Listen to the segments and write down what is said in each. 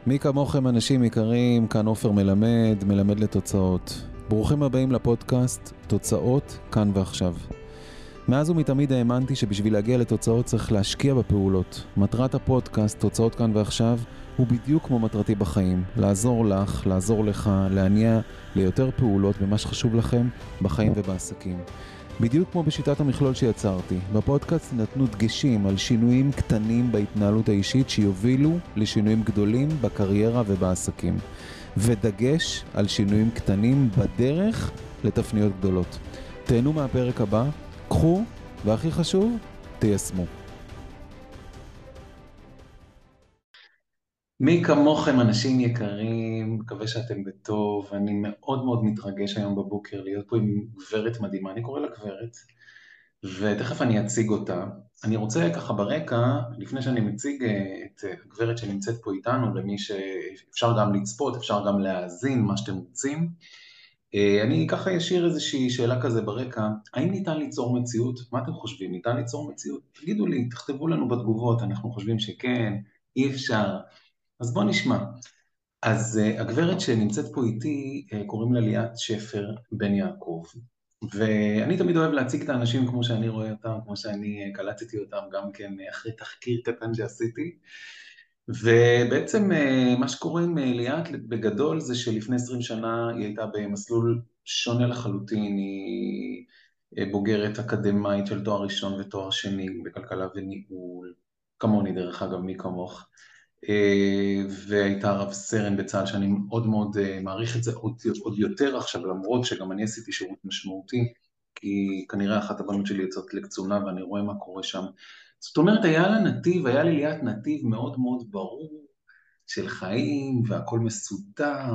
מי כמוכם אנשים יקרים, כאן עופר מלמד, מלמד לתוצאות. ברוכים הבאים לפודקאסט, תוצאות כאן ועכשיו. מאז ומתמיד האמנתי שבשביל להגיע לתוצאות צריך להשקיע בפעולות. מטרת הפודקאסט, תוצאות כאן ועכשיו, הוא בדיוק כמו מטרתי בחיים. לעזור לך, לעזור לך, להניע ליותר פעולות במה שחשוב לכם בחיים ובעסקים. בדיוק כמו בשיטת המכלול שיצרתי, בפודקאסט נתנו דגשים על שינויים קטנים בהתנהלות האישית שיובילו לשינויים גדולים בקריירה ובעסקים. ודגש על שינויים קטנים בדרך לתפניות גדולות. תהנו מהפרק הבא, קחו, והכי חשוב, תיישמו. מי כמוכם אנשים יקרים, מקווה שאתם בטוב, אני מאוד מאוד מתרגש היום בבוקר להיות פה עם גברת מדהימה, אני קורא לה גברת, ותכף אני אציג אותה. אני רוצה ככה ברקע, לפני שאני מציג את הגברת שנמצאת פה איתנו, למי שאפשר גם לצפות, אפשר גם להאזין, מה שאתם רוצים, אני ככה אשאיר איזושהי שאלה כזה ברקע, האם ניתן ליצור מציאות? מה אתם חושבים? ניתן ליצור מציאות? תגידו לי, תכתבו לנו בתגובות, אנחנו חושבים שכן, אי אפשר. אז בוא נשמע. אז הגברת שנמצאת פה איתי, קוראים לה ליאת שפר בן יעקב. ואני תמיד אוהב להציג את האנשים כמו שאני רואה אותם, כמו שאני קלטתי אותם גם כן אחרי תחקיר קטן שעשיתי. ובעצם מה שקורה עם ליאת בגדול זה שלפני 20 שנה היא הייתה במסלול שונה לחלוטין, היא בוגרת אקדמאית של תואר ראשון ותואר שני בכלכלה וניהול, כמוני דרך אגב, מי כמוך. והייתה רב סרן בצה"ל שאני מאוד מאוד מעריך את זה עוד יותר עכשיו, למרות שגם אני עשיתי שירות משמעותי, כי כנראה אחת הבנות שלי יוצאות לקצונה ואני רואה מה קורה שם. זאת אומרת, היה לה נתיב, היה לי ליאת נתיב מאוד מאוד ברור של חיים, והכל מסודר,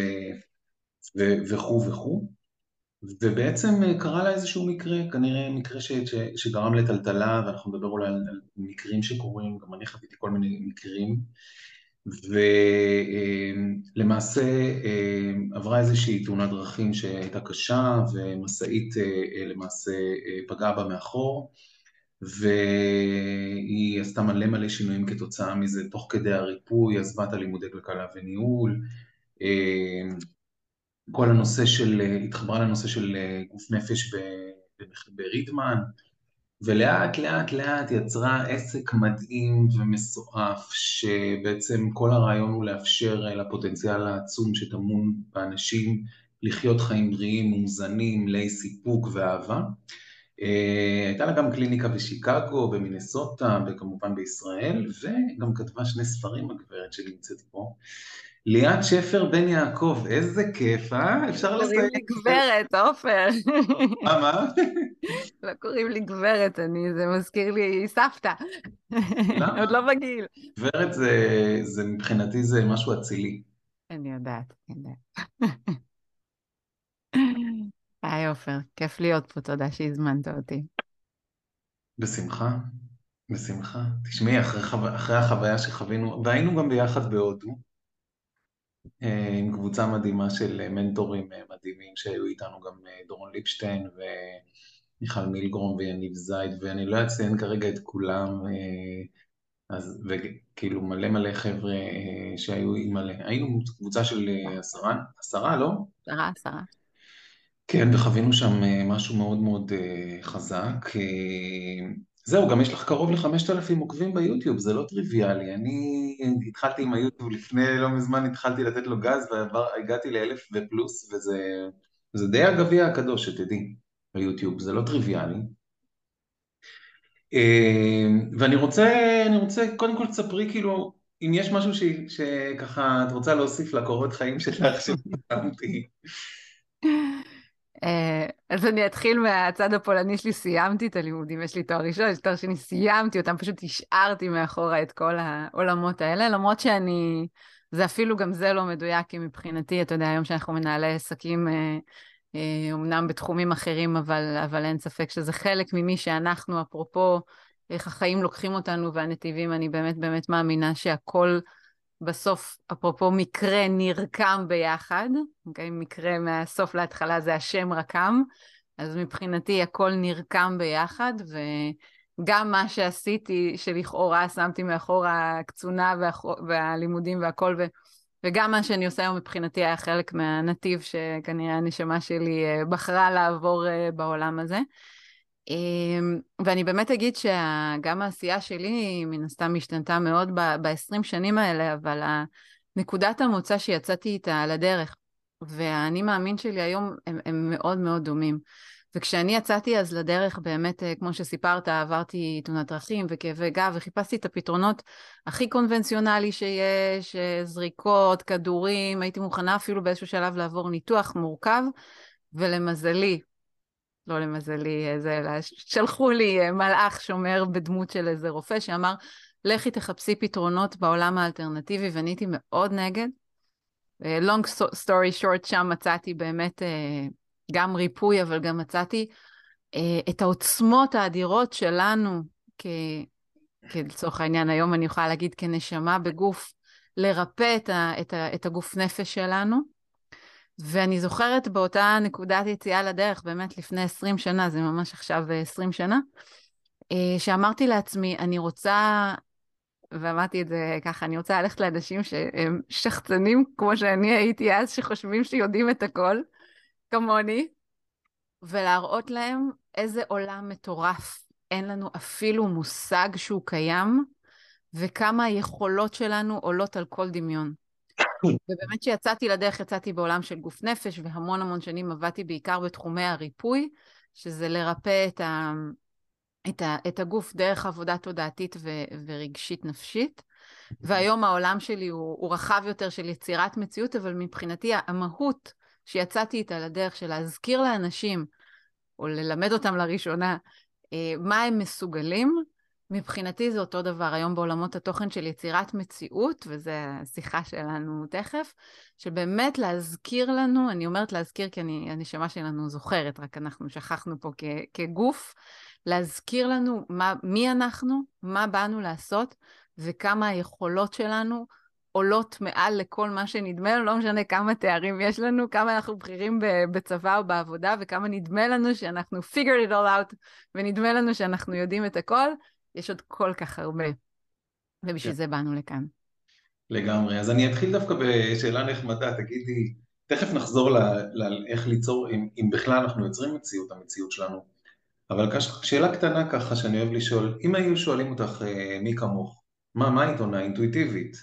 וכו' וכו'. ובעצם קרה לה איזשהו מקרה, כנראה מקרה שגרם לטלטלה, ואנחנו נדבר אולי על מקרים שקורים, גם אני חוויתי כל מיני מקרים, ולמעשה עברה איזושהי תאונת דרכים שהייתה קשה, ומסעית למעשה פגעה בה מאחור, והיא עשתה מלא מלא שינויים כתוצאה מזה, תוך כדי הריפוי, עזבה את הלימודי כלכלה וניהול, כל הנושא של, התחברה לנושא של גוף נפש ברידמן, ולאט לאט לאט יצרה עסק מדהים ומסועף, שבעצם כל הרעיון הוא לאפשר לפוטנציאל העצום שטמון באנשים לחיות חיים בריאים, מאוזנים, מלאי סיפוק ואהבה. הייתה לה גם קליניקה בשיקגו, במינסוטה, וכמובן בישראל, וגם כתבה 2 ספרים, הגברת שנמצאת פה. ליאת שפר בן יעקב, איזה כיף, אה? אפשר קוראים לסיים. לי גברת, עופר. מה? לא קוראים לי גברת, זה מזכיר לי סבתא. עוד למה? לא בגיל. גברת זה מבחינתי זה משהו אצילי. אני יודעת, אני יודעת. היי עופר, כיף להיות פה, תודה שהזמנת אותי. בשמחה, בשמחה. תשמעי, אחרי החוויה שחווינו, והיינו גם ביחד בהודו, עם קבוצה מדהימה של מנטורים מדהימים שהיו איתנו, גם דורון ליפשטיין ומיכל מילגרום ויניב זייד, ואני לא אציין כרגע את כולם, אז, וכאילו מלא מלא חבר'ה שהיו עם מלא, היינו קבוצה של 10, לא? שרה. כן, וחווינו שם משהו מאוד מאוד חזק. זהו, גם יש לך קרוב ל5,000 עוקבים ביוטיוב, זה לא טריוויאלי. אני התחלתי עם היוטיוב לפני לא מזמן, התחלתי לתת לו גז, והגעתי ל1,000 ופלוס, וזה די הגביע הקדוש, שתדעי, ביוטיוב, זה לא טריוויאלי. ואני רוצה, קודם כל תספרי כאילו, אם יש משהו שככה את רוצה להוסיף לקורות חיים שלך שפתחתי. אז אני אתחיל מהצד הפולני שלי, סיימתי את הלימודים, יש לי תואר ראשון, יש לי תואר שני, סיימתי אותם, פשוט השארתי מאחורה את כל העולמות האלה, למרות זה אפילו גם זה לא מדויק, כי מבחינתי, אתה יודע, היום שאנחנו מנהלי עסקים, אומנם בתחומים אחרים, אבל אין ספק שזה חלק ממי שאנחנו, אפרופו, איך החיים לוקחים אותנו והנתיבים, אני באמת באמת מאמינה שהכל בסוף, אפרופו מקרה נרקם ביחד, אוקיי? מקרה מהסוף להתחלה זה השם רקם, אז מבחינתי הכל נרקם ביחד, גם מה שעשיתי, שלכאורה שמתי מאחור הקצונה והלימודים והכל, וגם מה שאני עושה היום מבחינתי היה חלק מהנתיב שכנראה הנשמה שלי בחרה לעבור בעולם הזה. ואני באמת אגיד שגם העשייה שלי מן הסתם השתנתה מאוד ב-20 שנים האלה, אבל נקודת המוצא שיצאתי איתה לדרך, והאני מאמין שלי היום הם מאוד מאוד דומים. וכשאני יצאתי אז לדרך, באמת, כמו שסיפרת, עברתי תאונת דרכים וכאבי גב, וחיפשתי את הפתרונות הכי קונבנציונלי שיש, זריקות, כדורים, הייתי מוכנה אפילו באיזשהו שלב לעבור ניתוח מורכב, ולמזלי, לא למזלי, אלא שלחו לי מלאך שומר בדמות של איזה רופא שאמר, לכי תחפשי פתרונות בעולם האלטרנטיבי, ואני הייתי מאוד נגד. long story short, שם מצאתי באמת גם ריפוי, אבל גם מצאתי את העוצמות האדירות שלנו, לצורך העניין, היום אני יכולה להגיד כנשמה בגוף, לרפא את הגוף נפש שלנו. ואני זוכרת באותה נקודת יציאה לדרך, באמת לפני 20 שנה, זה ממש עכשיו 20 שנה, שאמרתי לעצמי, אני רוצה, ואמרתי את זה ככה, אני רוצה ללכת לאנשים שהם שחצנים, כמו שאני הייתי אז, שחושבים שיודעים את הכל, כמוני, ולהראות להם איזה עולם מטורף, אין לנו אפילו מושג שהוא קיים, וכמה היכולות שלנו עולות על כל דמיון. ובאמת שיצאתי לדרך, יצאתי בעולם של גוף נפש, והמון המון שנים עבדתי בעיקר בתחומי הריפוי, שזה לרפא את הגוף דרך עבודה תודעתית ורגשית נפשית. והיום העולם שלי הוא רחב יותר של יצירת מציאות, אבל מבחינתי המהות שיצאתי איתה לדרך של להזכיר לאנשים, או ללמד אותם לראשונה, מה הם מסוגלים, מבחינתי זה אותו דבר היום בעולמות התוכן של יצירת מציאות, וזו השיחה שלנו תכף, שבאמת להזכיר לנו, אני אומרת להזכיר כי הנשמה שלנו זוכרת, רק אנחנו שכחנו פה כגוף, להזכיר לנו מי אנחנו, מה באנו לעשות, וכמה היכולות שלנו עולות מעל לכל מה שנדמה לנו, לא משנה כמה תארים יש לנו, כמה אנחנו בכירים בצבא או בעבודה, וכמה נדמה לנו שאנחנו figured it all out, ונדמה לנו שאנחנו יודעים את הכל, יש עוד כל כך הרבה, ובשביל זה באנו לכאן. לגמרי. אז אני אתחיל דווקא בשאלה נחמדה, תגידי, תכף נחזור לאיך ליצור, אם בכלל אנחנו יוצרים מציאות, המציאות שלנו. אבל שאלה קטנה ככה שאני אוהב לשאול, אם היו שואלים אותך מי כמוך, מה היית עונה אינטואיטיבית?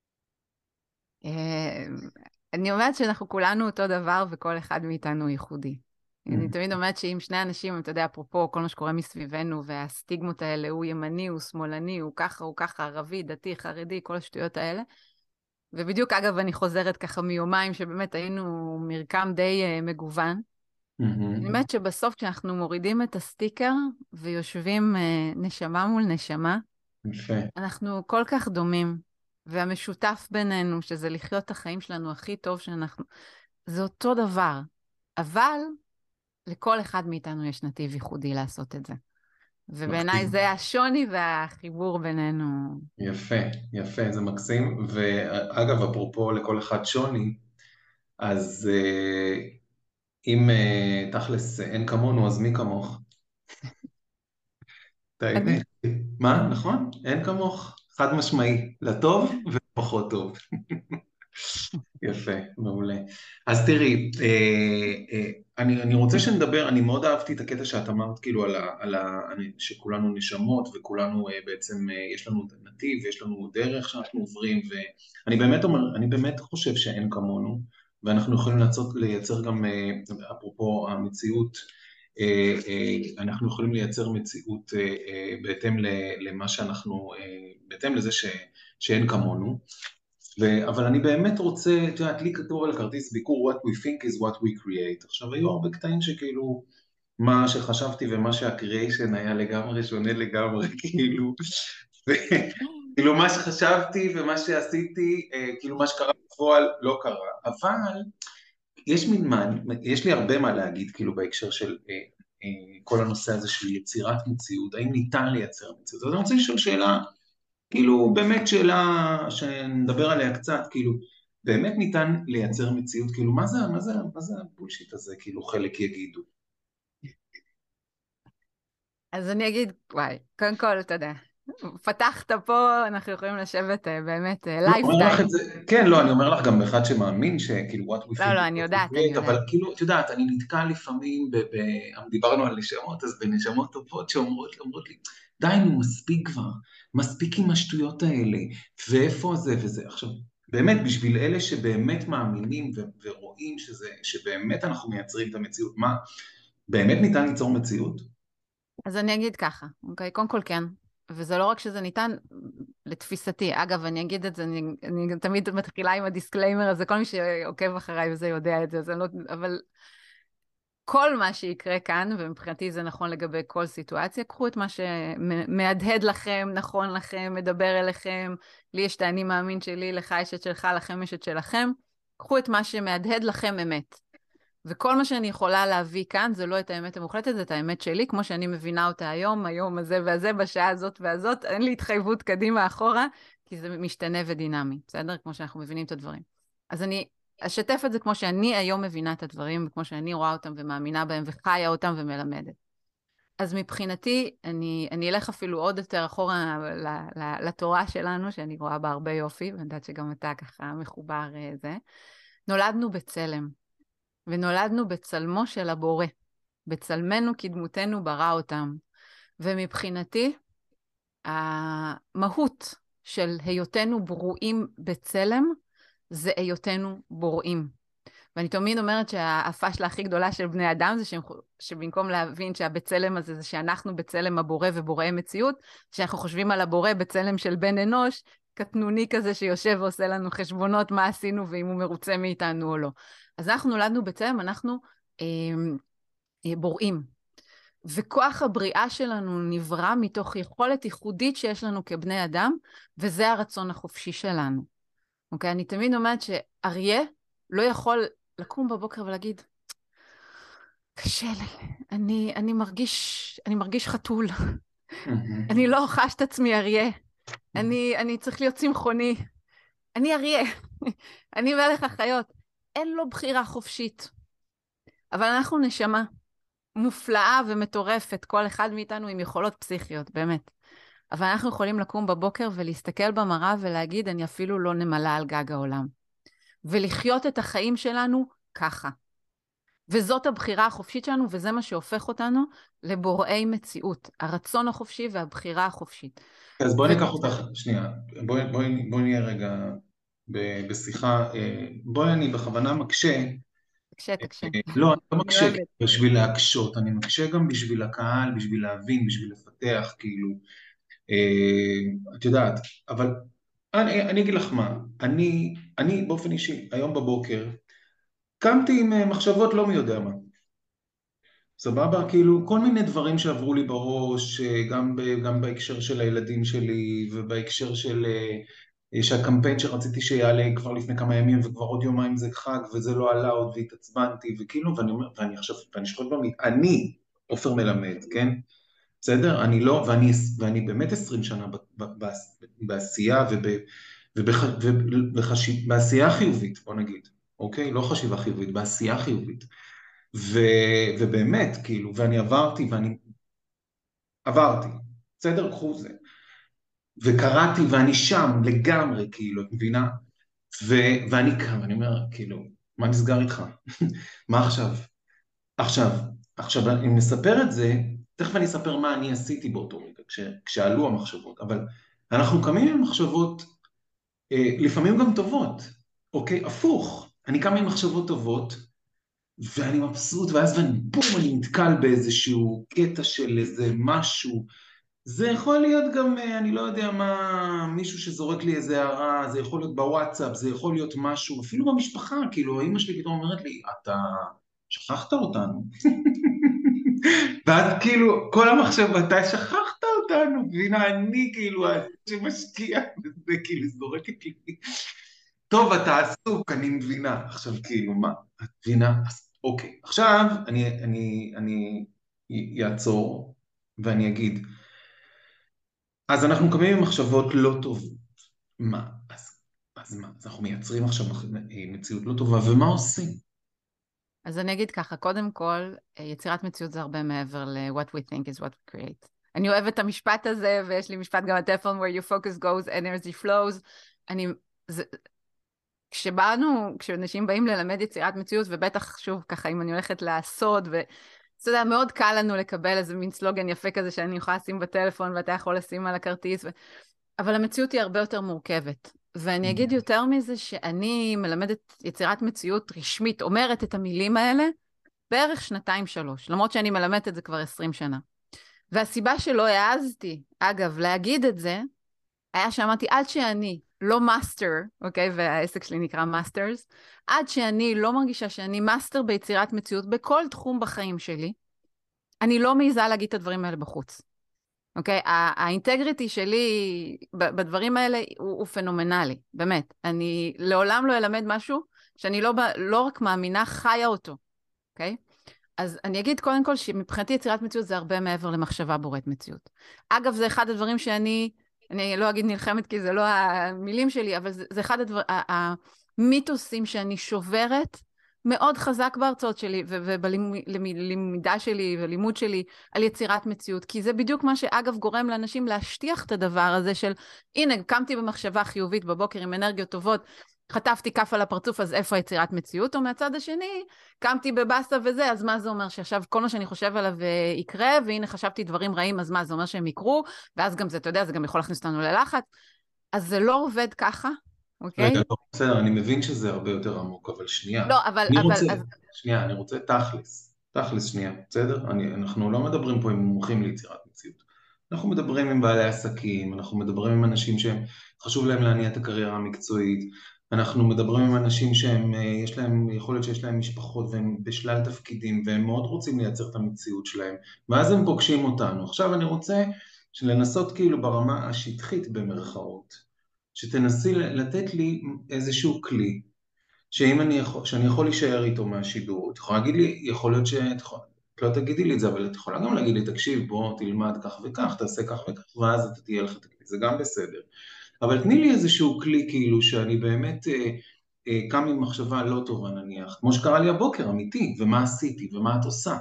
אני אומרת שאנחנו כולנו אותו דבר, וכל אחד מאיתנו ייחודי. אני תמיד אומרת שאם שני אנשים, אתה יודע, אפרופו כל מה שקורה מסביבנו, והסטיגמות האלה, הוא ימני, הוא שמאלני, הוא ככה, ערבי, דתי, חרדי, כל השטויות האלה. ובדיוק, אגב, אני חוזרת ככה מיומיים, שבאמת היינו מרקם די מגוון. אני אומרת שבסוף, כשאנחנו מורידים את הסטיקר, ויושבים נשמה מול נשמה, אנחנו כל כך דומים. והמשותף בינינו, שזה לחיות את החיים שלנו הכי טוב שאנחנו, זה אותו דבר. אבל לכל אחד מאיתנו יש נתיב ייחודי לעשות את זה. ובעיניי זה השוני והחיבור בינינו. יפה, יפה, זה מקסים. ואגב, אפרופו לכל אחד שוני, אז אם תכלס אין כמונו, אז מי כמוך? אני? מה, נכון? אין כמוך, חד משמעי, לטוב ופחות טוב. יפה, מעולה. אז תראי, אני רוצה שנדבר, אני מאוד אהבתי את הקטע שאת אמרת, כאילו, שכולנו נשמות, וכולנו בעצם, יש לנו נתיב, ויש לנו דרך שאנחנו עוברים, ואני באמת אומר, אני באמת חושב שאין כמונו, ואנחנו יכולים לייצר גם, אפרופו המציאות, אנחנו יכולים לייצר מציאות בהתאם למה שאנחנו, בהתאם לזה שאין כמונו, אבל אני באמת רוצה, את יודעת, לי כתוב על הכרטיס ביקור, what we think is what we create. עכשיו, היו הרבה קטעים שכאילו, מה שחשבתי ומה שהקריאיישן היה לגמרי שונה לגמרי, כאילו, כאילו מה שחשבתי ומה שעשיתי, כאילו מה שקרה בפועל לא קרה, אבל יש לי הרבה מה להגיד, כאילו, בהקשר של כל הנושא הזה של יצירת מציאות, האם ניתן לייצר מציאות. אז אני רוצה לשאול שאלה, כאילו, באמת שאלה שנדבר עליה קצת, כאילו, באמת ניתן לייצר מציאות, כאילו, מה זה הבולשיט הזה, כאילו, חלק יגידו. אז אני אגיד, וואי, קודם כל, אתה יודע, פתחת פה, אנחנו יכולים לשבת באמת לא, אומר לך לייפטיים. את זה, כן, לא, אני אומר לך גם באחד שמאמין שכאילו what we לא, think לא, is אני what we יודעת, אני create, אבל יודעת. כאילו, את יודעת, אני נתקע לפעמים, דיברנו על נשמות, אז בנשמות טובות שאומרות לי, די, נו, מספיק כבר, מספיק עם השטויות האלה, ואיפה זה וזה. עכשיו, באמת, בשביל אלה שבאמת מאמינים ורואים שבאמת אנחנו מייצרים את המציאות, מה, באמת ניתן ליצור מציאות? אז אני אגיד ככה, אוקיי? קודם כל כן. וזה לא רק שזה ניתן, לתפיסתי. אגב, אני אגיד את זה, אני תמיד מתחילה עם הדיסקליימר הזה, כל מי שעוקב אחריי וזה יודע את זה, אז אני לא, אבל כל מה שיקרה כאן, ומבחינתי זה נכון לגבי כל סיטואציה, קחו את מה שמהדהד לכם, נכון לכם, מדבר אליכם, לי יש את האני מאמין שלי, לך יש את שלך, לכם יש את שלכם, קחו את מה שמהדהד לכם אמת. וכל מה שאני יכולה להביא כאן זה לא את האמת המוחלטת, זה את האמת שלי, כמו שאני מבינה אותה היום, היום הזה והזה, בשעה הזאת והזאת, אין לי התחייבות קדימה אחורה, כי זה משתנה ודינמי, בסדר? כמו שאנחנו מבינים את הדברים. אז אני אשתף את זה כמו שאני היום מבינה את הדברים, כמו שאני רואה אותם ומאמינה בהם וחיה אותם ומלמדת. אז מבחינתי, אני אלך אפילו עוד יותר אחורה לתורה שלנו, שאני רואה בה הרבה יופי, ואני יודעת שגם אתה ככה מחובר זה. נולדנו בצלם. ונולדנו בצלמו של הבורא. בצלמנו כדמותנו ברא אותם. ומבחינתי, המהות של היותנו ברואים בצלם, זה היותנו בוראים. ואני תמיד אומרת שהפשלה הכי גדולה של בני אדם זה שבמקום להבין שהבצלם הזה זה שאנחנו בצלם הבורא ובוראי מציאות, שאנחנו חושבים על הבורא בצלם של בן אנוש, קטנוני כזה שיושב ועושה לנו חשבונות מה עשינו ואם הוא מרוצה מאיתנו או לא. אז אנחנו נולדנו בצלם, אנחנו בוראים. וכוח הבריאה שלנו נברא מתוך יכולת ייחודית שיש לנו כבני אדם, וזה הרצון החופשי שלנו. אוקיי? אני תמיד אומרת שאריה לא יכול לקום בבוקר ולהגיד, קשה לי, אני מרגיש חתול, אני לא חש את עצמי אריה, אני צריך להיות צמחוני, אני אריה, אני מלך החיות. אין לו בחירה חופשית. אבל אנחנו נשמה מופלאה ומטורפת, כל אחד מאיתנו עם יכולות פסיכיות, באמת. אבל אנחנו יכולים לקום בבוקר ולהסתכל במראה ולהגיד, אני אפילו לא נמלה על גג העולם. ולחיות את החיים שלנו ככה. וזאת הבחירה החופשית שלנו, וזה מה שהופך אותנו לבוראי מציאות. הרצון החופשי והבחירה החופשית. אז בואי ניקח אותך, שנייה, בואי נהיה רגע בשיחה, בואי אני בכוונה מקשה, תקשה, תקשה. לא, אני לא אני מקשה אוהבת. בשביל להקשות, אני מקשה גם בשביל הקהל, בשביל להבין, בשביל לפתח, כאילו, את יודעת, אבל אני אגיד לך מה, אני באופן אישי, היום בבוקר, קמתי עם מחשבות לא מי יודע מה. סבבה? כאילו, כל מיני דברים שעברו לי בראש, גם בהקשר של הילדים שלי, ובהקשר של שהקמפיין שרציתי שיעלה כבר לפני כמה ימים, וכבר עוד יומיים זה חג, וזה לא עלה עוד, והתעצבנתי, וכאילו, ואני אומר, ואני עכשיו, ואני שוכב במית, אני, עופר מלמד, כן? בסדר? אני לא, ואני באמת 20 שנה בעשייה, בעשייה חיובית, בוא נגיד, אוקיי? לא חשיבה חיובית, בעשייה חיובית. ובאמת, כאילו, ואני ואני עברתי, בסדר, קחו זה, וקראתי ואני שם לגמרי, כאילו, את מבינה? ואני קם, ואני אומר, כאילו, מה נסגר איתך? מה עכשיו? עכשיו, עכשיו, אם נספר את זה, תכף אני אספר מה אני עשיתי באותו רגע, כשעלו המחשבות, אבל אנחנו קמים עם מחשבות, לפעמים גם טובות, אוקיי? הפוך, אני קם עם מחשבות טובות, ואני מבסוט, ואז בום, אני נתקל באיזשהו קטע של איזה משהו. זה יכול להיות גם, אני לא יודע מה, מישהו שזורק לי איזה הערה, זה יכול להיות בוואטסאפ, זה יכול להיות משהו, אפילו במשפחה, כאילו, אמא שלי פתאום אומרת לי, אתה שכחת אותנו. ואז כאילו, כל המחשבה, אתה שכחת אותנו, מבינה, אני כאילו, שמשקיע בזה, כאילו, זורקת לי. טוב, אתה עסוק, אני מבינה. עכשיו, כאילו, מה? את מבינה? אוקיי. עכשיו, אני אעצור, ואני אגיד, אז אנחנו קמים עם מחשבות לא טובות. מה? אז מה? אז אנחנו מייצרים עכשיו מציאות לא טובה, ומה עושים? אז אני אגיד ככה, קודם כל, יצירת מציאות זה הרבה מעבר ל-what we think is what we create. אני אוהבת את המשפט הזה, ויש לי משפט גם בטלפון, where your focus goes, energy flows. אני, זה, כשאנשים באים ללמד יצירת מציאות, ובטח, שוב, ככה, אם אני הולכת לעשות, ואתה יודע, מאוד קל לנו לקבל איזה מין סלוגן יפה כזה, שאני יכולה לשים בטלפון, ואתה יכול לשים על הכרטיס, אבל המציאות היא הרבה יותר מורכבת. ואני אגיד יותר מזה, שאני מלמדת יצירת מציאות רשמית, אומרת את המילים האלה, בערך 2-3, למרות שאני מלמדת את זה כבר 20 שנה. והסיבה שלא העזתי, אגב, להגיד את זה, היה שאמרתי, עד שאני לא מאסטר, אוקיי, והעסק שלי נקרא מאסטרס, עד שאני לא מרגישה שאני מאסטר ביצירת מציאות בכל תחום בחיים שלי, אני לא מעיזה להגיד את הדברים האלה בחוץ. אוקיי? האינטגריטי שלי בדברים האלה הוא פנומנלי, באמת. אני לעולם לא אלמד משהו שאני לא רק מאמינה, חיה אותו, אוקיי? אז אני אגיד קודם כל שמבחינתי יצירת מציאות זה הרבה מעבר למחשבה בוראת מציאות. אגב, זה אחד הדברים אני לא אגיד נלחמת כי זה לא המילים שלי, אבל זה אחד המיתוסים שאני שוברת מאוד חזק בהרצאות שלי ובלמידה שלי ולימוד שלי על יצירת מציאות, כי זה בדיוק מה שאגב גורם לאנשים להשטיח את הדבר הזה של, הנה, קמתי במחשבה חיובית בבוקר עם אנרגיות טובות, חטפתי כף על הפרצוף, אז איפה יצירת מציאות? או מהצד השני, קמתי בבאסה וזה, אז מה זה אומר שעכשיו כל מה שאני חושב עליו יקרה, והנה חשבתי דברים רעים, אז מה זה אומר שהם יקרו, ואז גם זה, אתה יודע, זה גם יכול להכניס אותנו ללחץ. אז זה לא עובד ככה, אוקיי? רגע, לא, בסדר, אני מבין שזה הרבה יותר עמוק, אבל שנייה. לא, אבל, אני אבל, רוצה, אז, שנייה, אני רוצה תכלס. תכלס שנייה, בסדר? אנחנו לא מדברים פה עם מומחים ליצירת מציאות. אנחנו מדברים עם בעלי עסקים, אנחנו מדברים עם אנשים שחשוב להם להניע את הקריירה המקצועית, אנחנו מדברים עם אנשים יש להם, יכול להיות שיש להם משפחות והם בשלל תפקידים והם מאוד רוצים לייצר את המציאות שלהם, ואז הם פוגשים אותנו. עכשיו אני רוצה לנסות כאילו ברמה השטחית במרכאות. שתנסי לתת לי איזשהו כלי, שאני יכול להישאר איתו מהשידור. את יכולה להגיד לי, יכול להיות את לא תגידי לי את זה, אבל את יכולה גם להגיד לי, תקשיב, בוא תלמד כך וכך, תעשה כך וכך, ואז אתה תהיה לך את הכלי, זה גם בסדר. אבל תני לי איזשהו כלי כאילו שאני באמת קם עם מחשבה לא טובה נניח, כמו שקרה לי הבוקר, אמיתי, ומה עשיתי, ומה את עושה.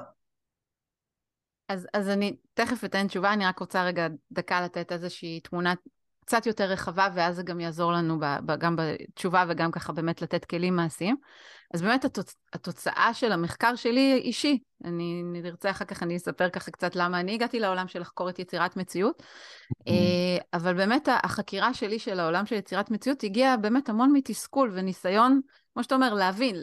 אז אני תכף אתן תשובה, אני רק רוצה רגע דקה לתת איזושהי תמונה קצת יותר רחבה, ואז זה גם יעזור לנו גם בתשובה וגם ככה באמת לתת כלים מעשיים. אז באמת התוצאה של המחקר שלי היא אישי. אני נרצה אחר כך, אני אספר ככה קצת למה אני הגעתי לעולם של לחקור את יצירת מציאות. אבל באמת החקירה שלי של העולם של יצירת מציאות הגיעה באמת המון מתסכול וניסיון, כמו שאתה אומר, להבין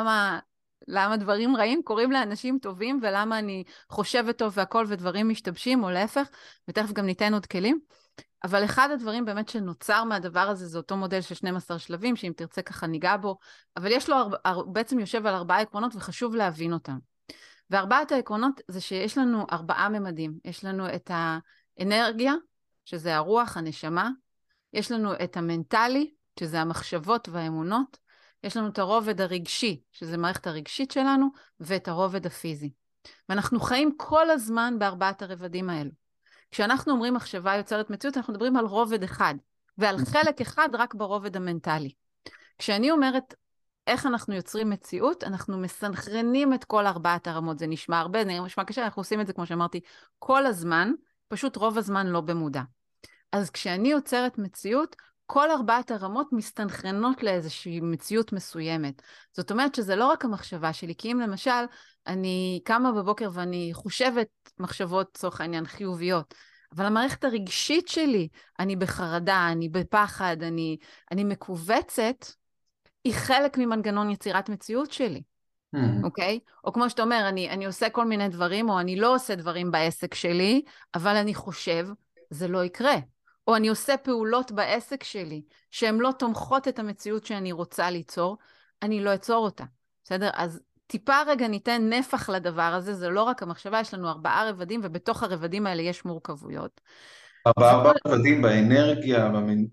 למה דברים רעים קורים לאנשים טובים, ולמה אני חושבת טוב והכל ודברים משתבשים, או להפך, ותכף גם ניתן עוד כלים. אבל אחד הדברים באמת שנוצר מהדבר הזה, זה אותו מודל של 12 שלבים, שאם תרצה ככה ניגע בו, אבל יש לו, בעצם יושב על 4 עקרונות, וחשוב להבין אותם. וארבעת העקרונות זה שיש לנו 4 ממדים. יש לנו את האנרגיה, שזה הרוח, הנשמה. יש לנו את המנטלי, שזה המחשבות והאמונות. יש לנו את הרובד הרגשי, שזה מערכת הרגשית שלנו, ואת הרובד הפיזי. ואנחנו חיים כל הזמן בארבעת הרבדים האלו. כשאנחנו אומרים מחשבה יוצרת מציאות, אנחנו מדברים על רובד אחד, ועל חלק אחד רק ברובד המנטלי. כשאני אומרת איך אנחנו יוצרים מציאות, אנחנו מסנכרנים את כל 4 הרמות. זה נשמע הרבה, זה נשמע קשה, אנחנו עושים את זה, כמו שאמרתי, כל הזמן, פשוט רוב הזמן לא במודע. אז כשאני יוצרת מציאות, כל 4 הרמות מסתנכרנות לאיזושהי מציאות מסוימת. זאת אומרת שזה לא רק המחשבה שלי, כי אם למשל אני קמה בבוקר ואני חושבת מחשבות צורך העניין חיוביות, אבל המערכת הרגשית שלי, אני בחרדה, אני בפחד, אני מכווצת, היא חלק ממנגנון יצירת מציאות שלי. אוקיי? או כמו שאתה אומר, אני עושה כל מיני דברים, או אני לא עושה דברים בעסק שלי, אבל אני חושב, זה לא יקרה. או אני עושה פעולות בעסק שלי, שהן לא תומכות את המציאות שאני רוצה ליצור, אני לא אצור אותה. בסדר? אז טיפה רגע ניתן נפח לדבר הזה, זה לא רק המחשבה, יש לנו 4 רבדים, ובתוך הרבדים האלה יש מורכבויות. 4 רבדים באנרגיה,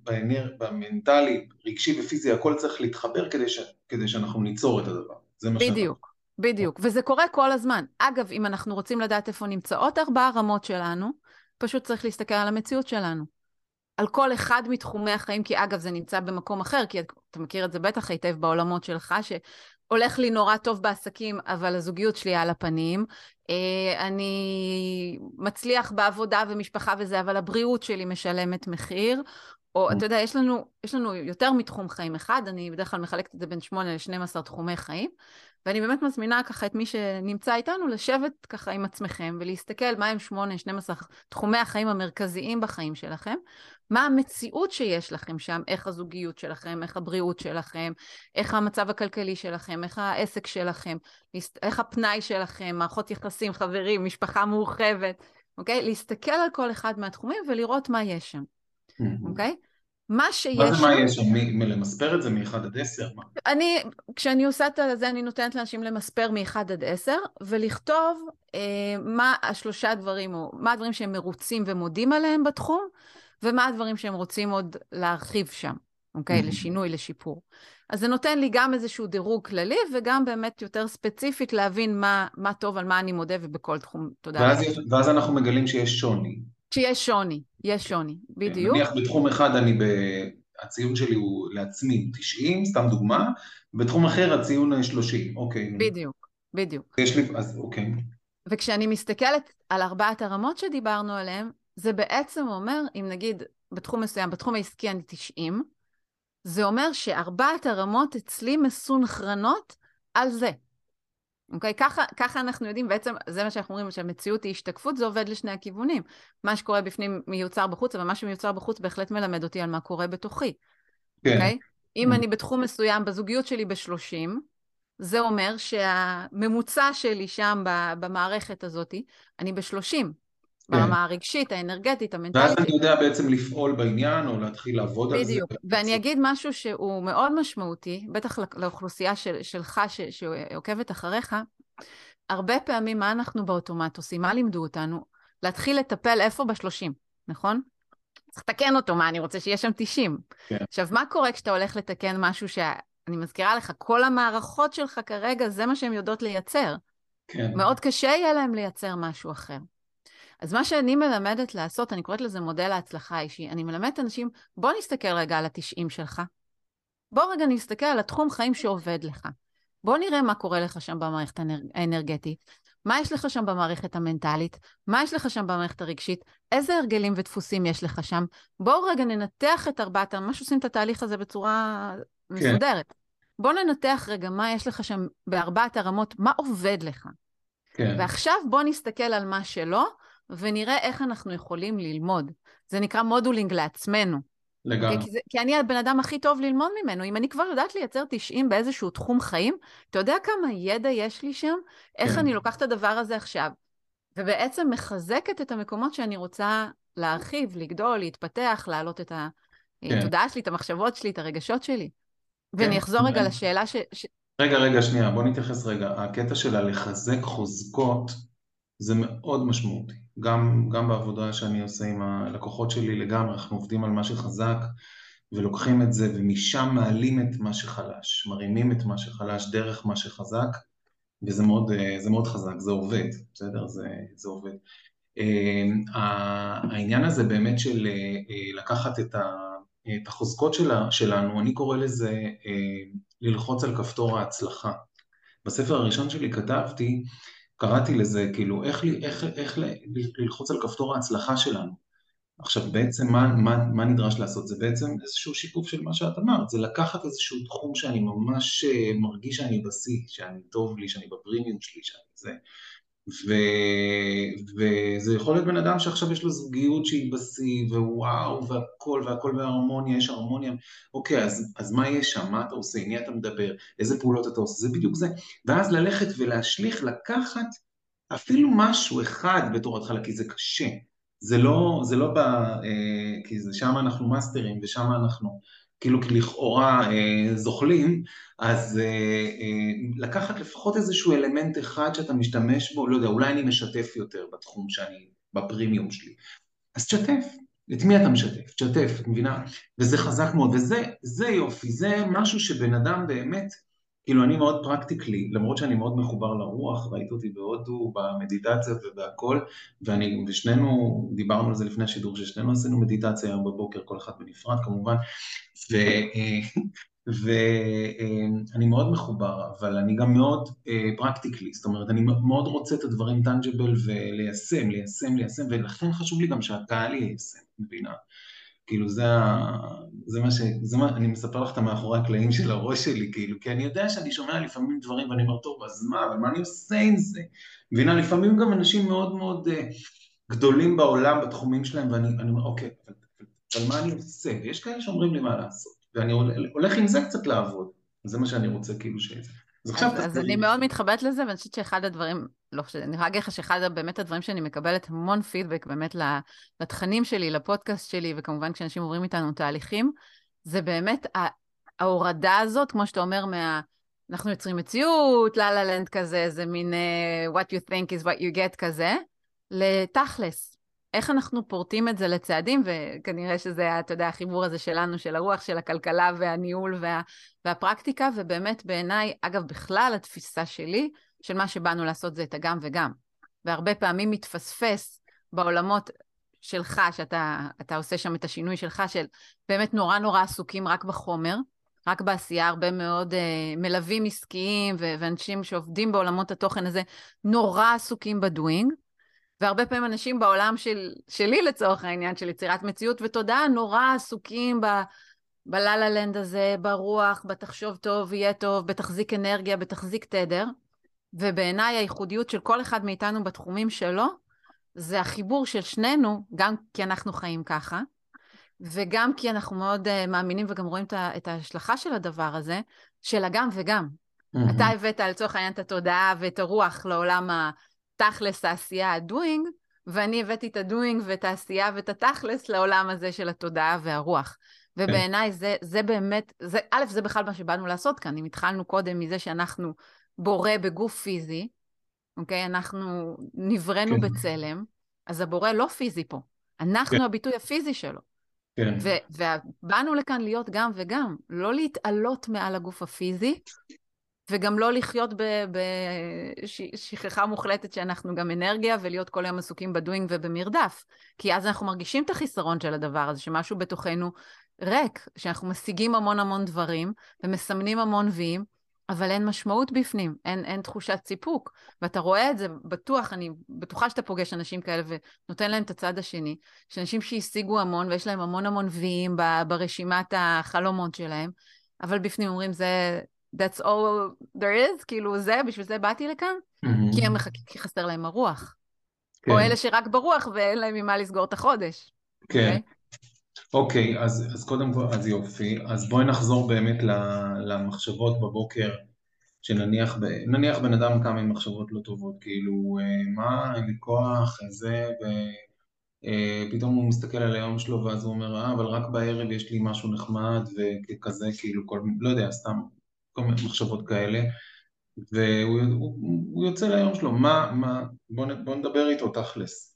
במנטלי, רגשי ופיזי, הכל צריך להתחבר כדי שאנחנו ניצור את הדבר. זה מה שאתה... בדיוק, בדיוק. וזה קורה כל הזמן. אגב, אם אנחנו רוצים לדעת איפה נמצאות 4 רמות שלנו, פשוט צריך להסתכל על המציאות שלנו. על כל אחד מתחומי החיים, כי אגב זה נמצא במקום אחר, כי אתה מכיר את זה בטח היטב בעולמות שלך, הולך לי נורא טוב בעסקים, אבל הזוגיות שלי על הפנים. אני מצליח בעבודה ומשפחה וזה, אבל הבריאות שלי משלמת מחיר. או, אתה יודע, יש לנו יותר מתחום חיים אחד, אני בדרך כלל מחלקת את זה בין 8 ל-12 תחומי חיים, ואני באמת מזמינה ככה את מי שנמצא איתנו לשבת ככה עם עצמכם, ולהסתכל מהם 8, 12 תחומי החיים המרכזיים בחיים שלכם, מה המציאות שיש לכם שם, איך הזוגיות שלכם, איך הבריאות שלכם, איך המצב הכלכלי שלכם, איך העסק שלכם, איך הפנאי שלכם, מערכות יחסים, חברים, משפחה מורחבת, אוקיי? להסתכל על כל אחד מהתחומים ולראות מה יש שם, אוקיי? מה מה זה שיש מה שם, יש שם? למספר את זה מ-1 עד 10? מה? כשאני עושה את זה, אני נותנת לאנשים למספר מ-1 עד 10, ולכתוב מה השלושה דברים, או מה הדברים שהם מרוצים ומודים עליהם בתחום, ומה הדברים שהם רוצים עוד להרחיב שם, אוקיי? לשינוי, לשיפור. אז זה נותן לי גם איזשהו דירוג כללי, וגם באמת יותר ספציפית להבין מה טוב, על מה אני מודה, ובכל תחום, תודה ואז, לאל. ואז אנחנו מגלים שיש שוני. שיש שוני, יש שוני, נניח בדיוק, בתחום אחד הציון שלי הוא לעצמי 90, סתם דוגמה, בתחום אחר הציון 30, אוקיי, נו. בדיוק, בדיוק. יש לי, אז אוקיי. וכשאני מסתכלת על 4 הרמות שדיברנו עליהן, זה בעצם אומר, אם נגיד בתחום מסוים, בתחום העסקי אני 90, זה אומר ש4 הרמות אצלי מסונכרנות על זה. אוקיי? ככה אנחנו יודעים, בעצם זה מה שאנחנו אומרים, שהמציאות היא השתקפות, זה עובד לשני הכיוונים. מה שקורה בפנים מיוצר בחוץ, אבל מה שמיוצר בחוץ בהחלט מלמד אותי על מה קורה בתוכי. כן. אוקיי? אם אני בתחום מסוים, בזוגיות שלי ב-30, זה אומר שהממוצע שלי שם במערכת הזאת, אני ב-30, כן. ברמה הרגשית, האנרגטית, ואז המנטלית אני שלי. יודע בעצם לפעול בעניין, או להתחיל לעבוד על זה. בדיוק. ואני אגיד משהו שהוא מאוד משמעותי, בטח לאוכלוסייה שלך שעוקבת אחריך, הרבה פעמים מה אנחנו באוטומט עושים, מה לימדו אותנו? להתחיל לטפל איפה ב-30, נכון? צריך לתקן אותו, מה, אני רוצה שיהיה שם 90. כן. עכשיו, מה קורה כשאתה הולך לתקן משהו שאני מזכירה לך, כל המערכות שלך כרגע, זה מה שהן יודעות לייצר. כן. מאוד קשה יהיה להם לייצר משהו אחר. אז מה שאני מלמדת לעשות, אני קוראת לזה מודל ההצלחה האישי, אני מלמדת אנשים, בוא נסתכל רגע על ה-90 שלך, בוא רגע נסתכל על התחום חיים שעובד לך. בוא נראה מה קורה לך שם במערכת האנרגטית, מה יש לך שם במערכת המנטלית, מה יש לך שם במערכת הרגשית, איזה הרגלים ודפוסים יש לך שם. בואו רגע ננתח את 4, ממש עושים את התהליך הזה בצורה כן. מסודרת. בוא ננתח רגע מה יש לך שם ב4 הרמות, מה עובד לך. כן. ועכשיו בוא נסתכל על מה שלא, ונראה איך אנחנו יכולים ללמוד. זה נקרא מודולינג לעצמנו. לגמרי. Okay? כי אני הבן אדם הכי טוב ללמוד ממנו. אם אני כבר יודעת לייצר 90 באיזשהו תחום חיים, אתה יודע כמה ידע יש לי שם? איך כן. אני לוקחת את הדבר הזה עכשיו? ובעצם מחזקת את המקומות שאני רוצה להרחיב, לגדול, להתפתח, להעלות את כן. התודעה שלי, את המחשבות שלי, את הרגשות שלי. כן. ואני אחזור רגע לשאלה רגע, שנייה, בוא נתייחס רגע. הקטע שלה לחזק חוזקות זה מאוד משמעותי. גם בעבודה שאני עושה עם הלקוחות שלי לגמרי, אנחנו עובדים על מה שחזק ולוקחים את זה ומשם מעלים את מה שחלש, מרימים את מה שחלש דרך מה שחזק, וזה מאוד, זה מאוד חזק, זה עובד, בסדר? זה עובד. העניין הזה באמת של לקחת את החוזקות שלנו, אני קורא לזה ללחוץ על כפתור ההצלחה. בספר הראשון שלי קראתי לזה כאילו איך ללחוץ על כפתור ההצלחה שלנו. עכשיו בעצם מה נדרש לעשות? זה בעצם איזשהו שיקוף של מה שאת אמרת, זה לקחת איזשהו תחום שאני ממש מרגיש שאני בשיא, שאני טוב לי, שאני בפרימיום שלי, שאני זה. ו... וזה יכול להיות בן אדם שעכשיו יש לו זוגיות שהיא בשיא, ווואו, והכל בהרמוניה, יש הרמוניה, אוקיי, אז מה יש שם? מה אתה עושה? עם מי אתה מדבר? איזה פעולות אתה עושה? זה בדיוק זה. ואז ללכת ולהשליך, לקחת אפילו משהו אחד בתור התחלה, כי זה קשה. זה לא כי זה שם אנחנו מאסטרים, ושם אנחנו כאילו לכאורה זוכלים, אז לקחת לפחות איזשהו אלמנט אחד שאתה משתמש בו, לא יודע, אולי אני משתף יותר בתחום שאני, בפרימיום שלי. אז תשתף. את מי אתה משתף? תשתף, את מבינה? וזה חזק מאוד, וזה יופי, זה משהו שבן אדם באמת, כאילו אני מאוד פרקטיקלי, למרות שאני מאוד מחובר לרוח, ראית אותי בהודו, במדיטציה ובהכל, ושנינו דיברנו על זה לפני השידור, ששנינו עשינו מדיטציה היום בבוקר, כל אחד בנפרד כמובן, ו, ואני מאוד מחובר, אבל אני גם מאוד פרקטיקלי, זאת אומרת, אני מאוד רוצה את הדברים טנג'יבל וליישם, ליישם, ולכן חשוב לי גם שהקהל יישם, מבינה? כאילו אני מספר לך את המאחורי הקלעים של הראש שלי, כאילו, כי אני יודע שאני שומע לפעמים דברים ואני אומר, טוב, אז מה, אבל מה אני עושה עם זה? מבינה, לפעמים גם אנשים מאוד מאוד גדולים בעולם בתחומים שלהם, ואני אומר, אוקיי, אבל מה אני עושה? ויש כאלה שאומרים לי מה לעשות, ואני הולך עם זה קצת לעבוד, זה מה שאני רוצה כאילו שזה. אז עכשיו אז תסביר אני לי. מאוד מתחברת לזה, ואני חושבת שאחד הדברים, לא חושבת, אני יכולה להגיד לך שאחד באמת הדברים שאני מקבלת המון פידבק באמת לתכנים שלי, לפודקאסט שלי, וכמובן כשאנשים עוברים איתנו תהליכים, זה באמת ההורדה הזאת, כמו שאתה אומר, אנחנו יוצרים מציאות, לה לנד כזה, זה מין what you think is what you get כזה, לתכלס. איך אנחנו פורטים את זה לצעדים, וכנראה שזה, אתה יודע, החיבור הזה שלנו, של הרוח, של הכלכלה והניהול והפרקטיקה, ובאמת בעיניי, אגב, בכלל התפיסה שלי, של מה שבאנו לעשות זה את הגם וגם. והרבה פעמים מתפספס בעולמות שלך, שאתה עושה שם את השינוי שלך, של באמת נורא נורא עסוקים רק בחומר, רק בעשייה, הרבה מאוד מלווים עסקיים ואנשים שעובדים בעולמות התוכן הזה, נורא עסוקים בדואינג, והרבה פעמים אנשים בעולם שלי לצורך העניין, של יצירת מציאות ותודעה, נורא עסוקים בללה לנד הזה, ברוח, בתחשוב טוב, יהיה טוב, בתחזיק אנרגיה, בתחזיק תדר, ובעיניי הייחודיות של כל אחד מאיתנו בתחומים שלו, זה החיבור של שנינו, גם כי אנחנו חיים ככה, וגם כי אנחנו מאוד מאמינים וגם רואים את ההשלכה של הדבר הזה, של הגם וגם. אתה הבאת לצורך העניין את התודעה ואת הרוח לעולם התכלס, העשייה, הדוינג, ואני הבאתי את הדוינג ואת העשייה ואת התכלס לעולם הזה של התודעה והרוח. ובעיניי זה באמת, א', זה בכלל מה שבאנו לעשות כאן. אם התחלנו קודם מזה שאנחנו בורא בגוף פיזי, אוקיי? אנחנו נבראנו בצלם, אז הבורא לא פיזי פה. אנחנו הביטוי הפיזי שלו. ובאנו לכאן להיות גם וגם, לא להתעלות מעל הגוף הפיזי, וגם לא לחיות בשכחה מוחלטת שאנחנו גם אנרגיה, ולהיות כל היום עסוקים בדוינג ובמרדף. כי אז אנחנו מרגישים את החיסרון של הדבר הזה, שמשהו בתוכנו ריק, שאנחנו משיגים המון המון דברים, ומסמנים המון ויים, אבל אין משמעות בפנים, אין תחושת סיפוק. ואתה רואה את זה בטוח, אני בטוחה שאתה פוגש אנשים כאלה ונותן להם את הצד השני, שאנשים שהשיגו המון ויש להם המון המון ויים ברשימת החלומות שלהם, אבל בפנים אומרים זה, that's all there is, כאילו זה, בשביל זה באתי לכאן, כי הם מחכים, כי חסר להם הרוח. או אלה שרק ברוח ואין להם ממה לסגור את החודש. כן. אוקיי, אז קודם כל, אז יופי, אז בואי נחזור באמת למחשבות בבוקר, שנניח בן אדם קם עם מחשבות לא טובות, כאילו, מה, אין לי כוח, זה, ופתאום הוא מסתכל על היום שלו, ואז הוא אומר, אבל רק בערב יש לי משהו נחמד, וכזה, כאילו, לא יודע, סתם, כל מיני מחשבות כאלה, והוא יוצא ליום שלו, בוא נדבר איתו תכלס.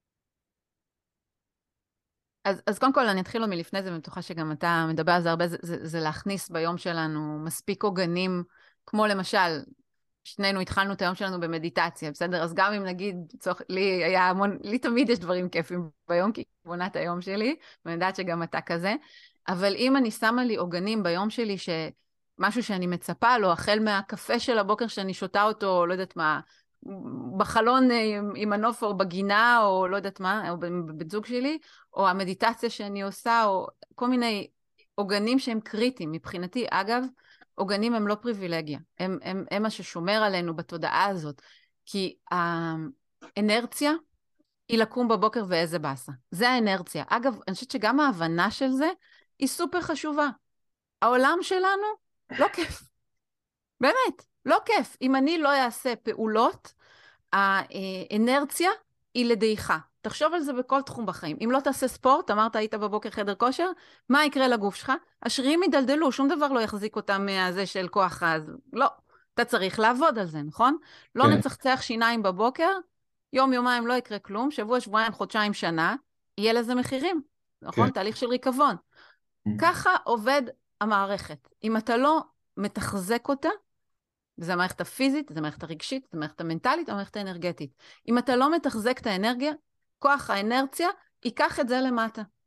אז קודם כל אני אתחיל לו מלפני זה, ובטוחה שגם אתה מדבר על זה הרבה, זה להכניס ביום שלנו מספיק עוגנים, כמו למשל, שנינו התחלנו את היום שלנו במדיטציה, בסדר? אז גם אם נגיד, לי תמיד יש דברים כיפים ביום, כי בונת היום שלי, ואני יודעת שגם אתה כזה, אבל אם אני שמה לי עוגנים ביום שלי, משהו שאני מצפה לו, החל מהקפה של הבוקר שאני שותה אותו, לא יודעת מה, בחלון עם הנוף או בגינה, או לא יודעת מה, או בבית זוג שלי, או המדיטציה שאני עושה, או כל מיני עוגנים שהם קריטיים. מבחינתי, אגב, עוגנים הם לא פריבילגיה, הם מה ששומר עלינו בתודעה הזאת, כי האנרציה היא לקום בבוקר ואיזה באסה. זה האנרציה. אגב, אני חושבת שגם ההבנה של זה היא סופר חשובה. העולם שלנו לא כיף. באמת, לא כיף. אם אני לא אעשה פעולות, האנרציה היא לדעיכה. תחשוב על זה בכל תחום בחיים. אם לא תעשה ספורט, אמרת היית בבוקר חדר כושר, מה יקרה לגוף שלך? השרירים ידלדלו, שום דבר לא יחזיק אותם מהזה של כוח אז. לא, אתה צריך לעבוד על זה, נכון? לא נצחצח שיניים בבוקר, יום יומיים לא יקרה כלום, שבוע שבועיים חודשיים שנה, יהיה לזה מחירים, נכון? תהליך של ריקבון. ככה עובד המערכת. אם אתה לא מתחזק אותה, זה המערכת הפיזית, זה המערכת הרגשית, זה המערכת המנטלית, המערכת האנרגטית. אם אתה לא מתחזק את האנרגיה, כוח האנרציה ייקח את זה למטה.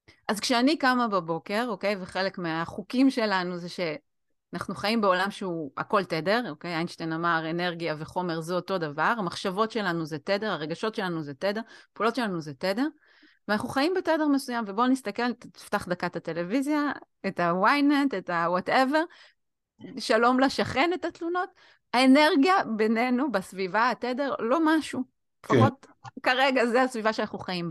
אז כשאני קמה בבוקר, אוקיי, וחלק מהחוקים שלנו זה שאנחנו חיים בעולם שהוא הכל תדר, אוקיי? איינשטיין אמר אנרגיה וחומר זה אותו דבר, המחשבות שלנו זה תדר, הרגשות שלנו זה תדר, פעולות שלנו זה תדר, ואנחנו חיים בתדר מסוים, ובואו נסתכל, תפתח דקת הטלוויזיה, את ה-ynet, את ה-whatever, שלום לשכן את התלונות, האנרגיה בינינו בסביבה, התדר, לא משהו. כן, לפחות כרגע זה הסביבה שאנחנו חיים בה.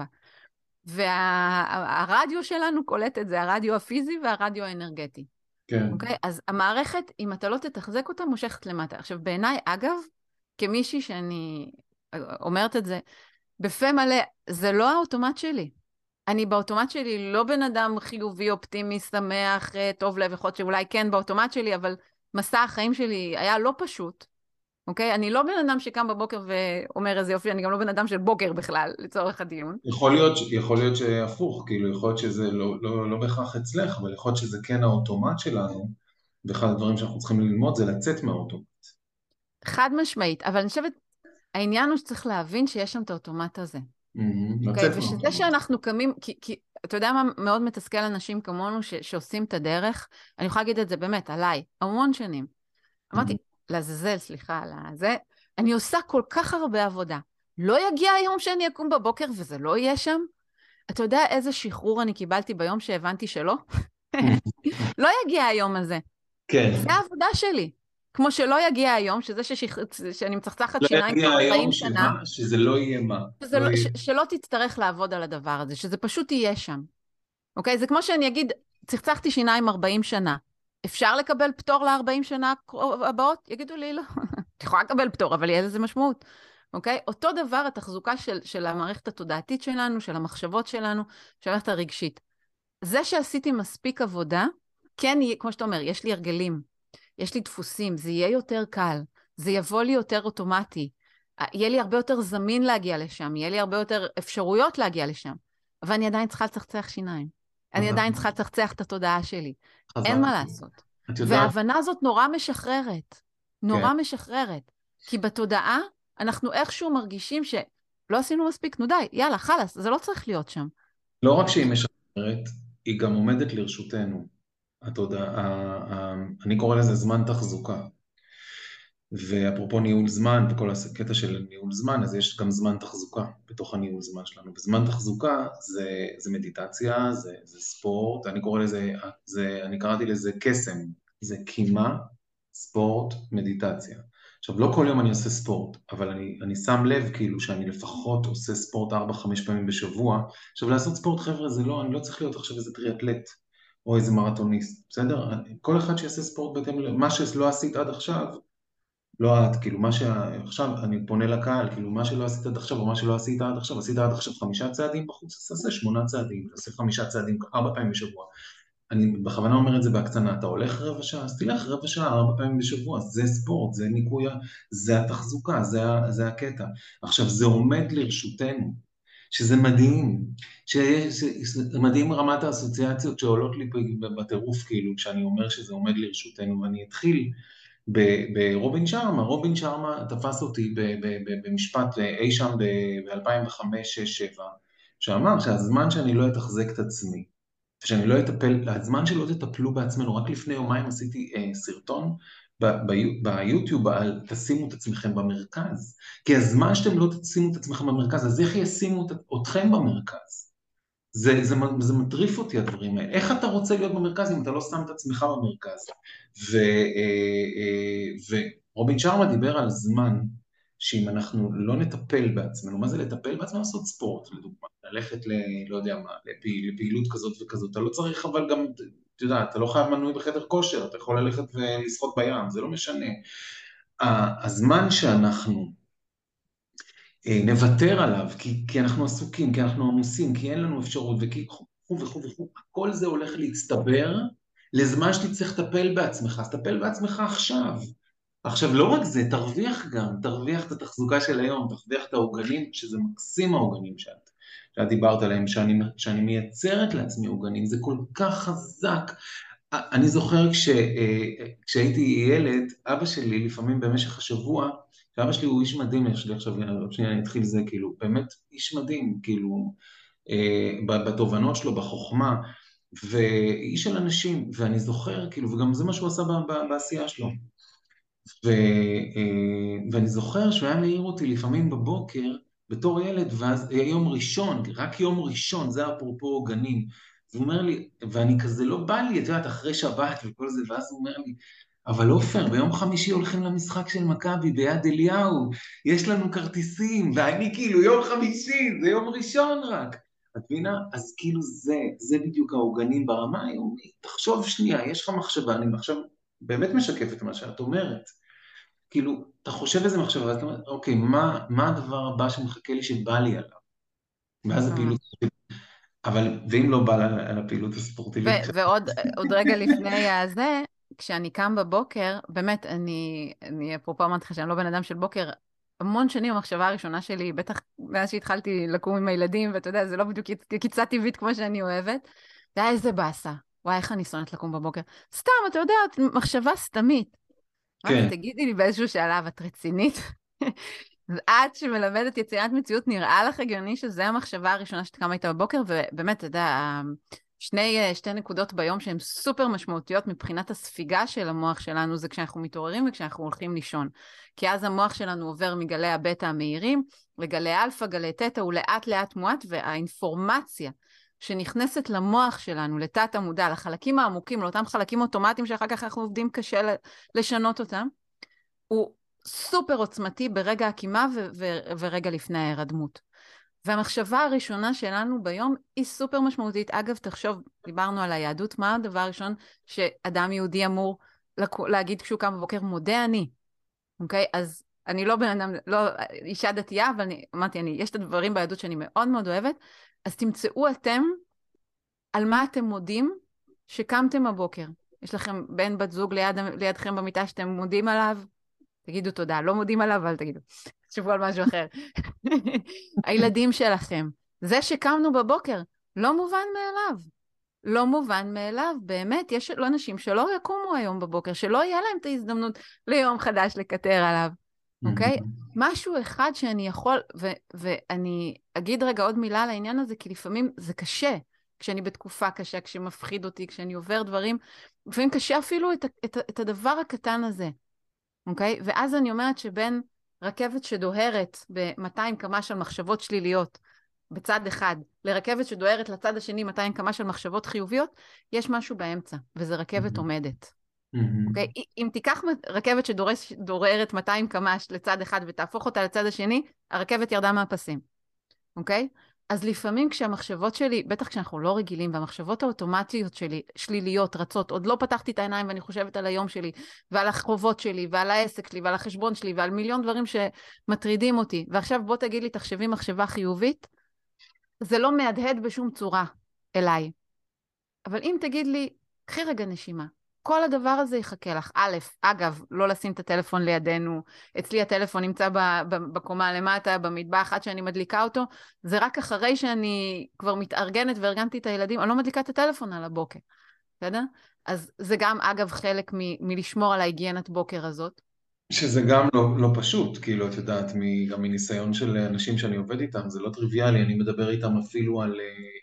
והרדיו שלנו קולט את זה, הרדיו הפיזי והרדיו האנרגטי. כן, אוקיי? אז המערכת, אם אתה לא תתחזק אותה, מושכת למטה. עכשיו, בעיניי, אגב, כמישהי שאני אומרת את זה, בפה מלא, זה לא האוטומט שלי. אני באוטומט שלי לא בן אדם חיובי, אופטימי, שמח, טוב לב, יכול להיות שאולי כן באוטומט שלי, אבל מסע החיים שלי היה לא פשוט. אוקיי? אני לא בן אדם שקם בבוקר ואומר איזה יופי, אני גם לא בן אדם של בוקר בכלל, לצורך הדיון. יכול להיות שהפוך, כאילו יכול להיות שזה לא בהכרח אצלך, אבל יכול להיות שזה כן האוטומט שלנו, ואחד הדברים שאנחנו צריכים ללמוד זה לצאת מהאוטומט. חד משמעית, אבל אני חושבת, העניין הוא שצריך להבין שיש שם את האוטומט הזה. אוקיי? לצאת ושזה מהאוטומט. שאנחנו קמים, כי אתה יודע מה מאוד מתסכל אנשים כמונו שעושים את הדרך, אני יכולה להגיד את זה באמת, עליי, המון שנים. אמרתי, מהמם. לעזאזל, סליחה, על זה, אני עושה כל כך הרבה עבודה. לא יגיע היום שאני אקום בבוקר וזה לא יהיה שם? אתה יודע איזה שחרור אני קיבלתי ביום שהבנתי שלא? לא יגיע היום הזה. כן. זה העבודה שלי. כמו שלא יגיע היום, שאני מצחצחת לא שיניים יגיע כבר היום 40 שנה, שזה לא יהיה מה. לא יהיה. שלא תצטרך לעבוד על הדבר הזה, שזה פשוט יהיה שם. אוקיי? זה כמו שאני אגיד, צחצחתי שיניים 40 שנה. אפשר לקבל פטור ל-40 שנה הבאות? יגידו לי, לא. את יכולה לקבל פטור, אבל יהיה לזה משמעות. אוקיי? אותו דבר התחזוקה של המערכת התודעתית שלנו, של המחשבות שלנו, של המערכת הרגשית. זה שעשיתי מספיק עבודה, כן, כמו שאתה אומר, יש לי הרגלים, יש לי דפוסים, זה יהיה יותר קל, זה יבוא לי יותר אוטומטי, יהיה לי הרבה יותר זמין להגיע לשם, יהיה לי הרבה יותר אפשרויות להגיע לשם, אבל אני עדיין צריכה לצחצח שיניים. אני חזק, עדיין צריכה לצחצח את התודעה שלי. אין חזק. מה לעשות. את יודעת, וההבנה הזאת נורא משחררת. כן. נורא משחררת. כי בתודעה אנחנו איכשהו מרגישים שלא עשינו מספיק, נו די, יאללה, חלאס, זה לא צריך להיות שם. לא רק שהיא משחררת, היא גם עומדת לרשותנו. אני קורא לזה זמן תחזוקה. ואפרופו ניהול זמן וכל הקטע של ניהול זמן, אז יש גם זמן תחזוקה בתוך הניהול זמן שלנו. וזמן תחזוקה זה מדיטציה, זה ספורט, אני קורא לזה, אני קראתי לזה קסם, זה קימה, ספורט, מדיטציה. עכשיו, לא כל יום אני עושה ספורט, אבל אני שם לב כאילו שאני לפחות עושה ספורט 4-5 פעמים בשבוע. עכשיו, לעשות ספורט, חבר'ה, אני לא צריך להיות עכשיו איזה טריאטלט או איזה מרתוניסט, בסדר? כל אחד שיעשה ספורט בהתאם למה שלא עשית עד עכשיו, לא את, כאילו מה שעכשיו, אני פונה לקהל, כאילו מה שלא עשית עד עכשיו, או מה שלא עשית עד עכשיו, עשית עד עכשיו 5 צעדים בחוץ, אז תעשה 8 צעדים, תעשה 5 צעדים 4 פעמים בשבוע. אני בכוונה אומר את זה בהקצנה, אתה הולך רבע שעה, אז תלך רבע שעה 4 פעמים בשבוע, זה ספורט, זה ניקוי, זה התחזוקה, זה הקטע. עכשיו, זה עומד לרשותנו, שזה מדהים, שזה מדהים רמת האסוציאציות שעולות לי בטירוף, כאילו, כשאני אומר שזה עומד לרשותנו, ואני אתחיל ברובין שרמה. רובין שרמה תפס אותי במשפט אי שם ב-2005-2007, שאמר שהזמן שאני לא אתחזק את עצמי, שאני לא אטפל, הזמן שלא תטפלו בעצמנו, רק לפני יומיים עשיתי סרטון ביוטיוב על תשימו את עצמכם במרכז, כי הזמן שאתם לא תשימו את עצמכם במרכז, אז איך ישימו אתכם במרכז? זה מטריף אותי הדברים האלה. איך אתה רוצה להיות במרכז אם אתה לא שם את עצמך במרכז? ורובין שרמה דיבר על זמן שאם אנחנו לא נטפל בעצמנו, מה זה לטפל בעצמנו? לעשות ספורט, לדוגמה, ללכת לא יודע מה, לפעילות כזאת וכזאת, אתה לא צריך אבל גם, אתה יודע, אתה לא חייב מנוי בחדר כושר, אתה יכול ללכת ולשחות בים, זה לא משנה. הזמן שאנחנו נוותר עליו, כי אנחנו עסוקים, כי אנחנו עמוסים, כי אין לנו אפשרות, וכי וכו', הכל זה הולך להצטבר לזמן שתצטרך לטפל בעצמך, אז טפל בעצמך עכשיו. עכשיו, לא רק זה, תרוויח את התחזוקה של היום, תרוויח את העוגנים, שזה מקסים העוגנים שאת דיברת עליהם, שאני מייצרת לעצמי עוגנים, זה כל כך חזק. אני זוכר כשהייתי ילד, אבא שלי לפעמים במשך השבוע, שאבא שלי הוא איש מדהים, יש לי עכשיו, עוד שנייה אני אתחיל זה, כאילו, באמת איש מדהים, כאילו, בתובנות שלו, בחוכמה, ואיש של אנשים, ואני זוכר, כאילו, וגם זה מה שהוא עשה בעשייה שלו. ואני זוכר שהוא היה מעיר אותי לפעמים בבוקר, בתור ילד, ואז היה יום ראשון, רק יום ראשון, זה אפרופו גנים, והוא אומר לי, ואני כזה לא בא לי, את יודעת, אחרי שבת וכל זה, ואז הוא אומר לי, אבל עופר, ביום חמישי הולכים למשחק של מכבי ביד אליהו, יש לנו כרטיסים, ואני כאילו, יום חמישי, זה יום ראשון רק. את מבינה? אז כאילו זה בדיוק העוגנים ברמה היומית. תחשוב שנייה, יש לך מחשבה, אני עכשיו באמת משקף את מה שאת אומרת. כאילו, אתה חושב איזה מחשבה, ואז אתה אומר, אוקיי, מה הדבר הבא שמחכה לי שבא לי עליו? ואז הפעילות, ממש. אבל, ואם לא בא על הפעילות הספורטיבית? ועוד רגע לפני הזה, כשאני קם בבוקר, באמת, אני אפרופו אמרתי לך שאני לא בן אדם של בוקר, המון שנים המחשבה הראשונה שלי, בטח מאז שהתחלתי לקום עם הילדים, ואתה יודע, זה לא בדיוק קיצה טבעית כמו שאני אוהבת, זה היה איזה באסה. וואי, איך אני שונאת לקום בבוקר. סתם, אתה יודע, מחשבה סתמית. אמרתי, כן, תגידי לי באיזשהו שלב, את רצינית? את שמלמדת יצירת מציאות, נראה לך הגיוני שזה המחשבה הראשונה שתקמה איתה בבוקר, ובאמת, אתה יודע, שתי נקודות ביום שהן סופר משמעותיות מבחינת הספיגה של המוח שלנו, זה כשאנחנו מתעוררים וכשאנחנו הולכים לישון. כי אז המוח שלנו עובר מגלי הבטא המהירים לגלי אלפא, גלי תטא, הוא לאט לאט מועט, והאינפורמציה שנכנסת למוח שלנו, לתת המודע, לחלקים העמוקים, לאותם חלקים אוטומטיים שאחר כך אנחנו עובדים קשה לשנות אותם, הוא סופר עוצמתי ברגע הקימה ורגע לפני ההירדמות. והמחשבה הראשונה שלנו ביום היא סופר משמעותית. אגב, תחשוב, דיברנו על היהדות, מה הדבר הראשון שאדם יהודי אמור להגיד כשהוא קם בבוקר? מודה אני. אוקיי? אז אני לא בן אדם, לא אישה דתייה, אבל אמרתי, יש את הדברים ביהדות שאני מאוד מאוד אוהבת, אז תמצאו אתם על מה אתם מודים שקמתם בבוקר. יש לכם בן בת זוג לידכם במיטה שאתם מודים עליו? תגידו תודה. לא מודים עליו, אבל תגידו. תחשבו על משהו אחר. הילדים שלכם. זה שקמנו בבוקר, לא מובן מאליו. לא מובן מאליו. באמת, יש אנשים שלא יקומו היום בבוקר, שלא יהיה להם את ההזדמנות ליום חדש לקטר עליו. אוקיי? משהו אחד שאני יכול, ואני אגיד רגע עוד מילה על העניין הזה, כי לפעמים זה קשה. כשאני בתקופה קשה, כשמפחיד אותי, כשאני עובר דברים, לפעמים קשה אפילו את הדבר הקטן הזה. אוקיי? ואז אני אומרת שבין רכבת שדוהרת ב-200 קמ"ש של מחשבות שליליות בצד אחד, לרכבת שדוהרת לצד השני 200 קמ"ש של מחשבות חיוביות, יש משהו באמצע, וזה רכבת עומדת. אוקיי? אם תיקח רכבת שדוהרת 200 קמ"ש לצד אחד ותהפוך אותה לצד השני, הרכבת ירדה מהפסים. אוקיי? אז לפעמים כשהמחשבות שלי, בטח כשאנחנו לא רגילים, והמחשבות האוטומטיות שלי, שליליות, רצות, עוד לא פתחתי את העיניים ואני חושבת על היום שלי, ועל החובות שלי, ועל העסק שלי, ועל החשבון שלי, ועל מיליון דברים שמטרידים אותי. ועכשיו בוא תגיד לי, תחשבי מחשבה חיובית, זה לא מהדהד בשום צורה אליי. אבל אם תגיד לי, קחי רגע נשימה, כל הדבר הזה יחכה לך. א', אגב, לא לשים את הטלפון לידינו, אצלי הטלפון נמצא בקומה למטה, במטבח, עד שאני מדליקה אותו, זה רק אחרי שאני כבר מתארגנת וארגנתי את הילדים, אני לא מדליקה את הטלפון על הבוקר, בסדר? אז זה גם, אגב, חלק מלשמור על ההיגיינת בוקר הזאת. שזה גם לא פשוט, כאילו, את יודעת, גם מניסיון של אנשים שאני עובד איתם, זה לא טריוויאלי, אני מדבר איתם אפילו על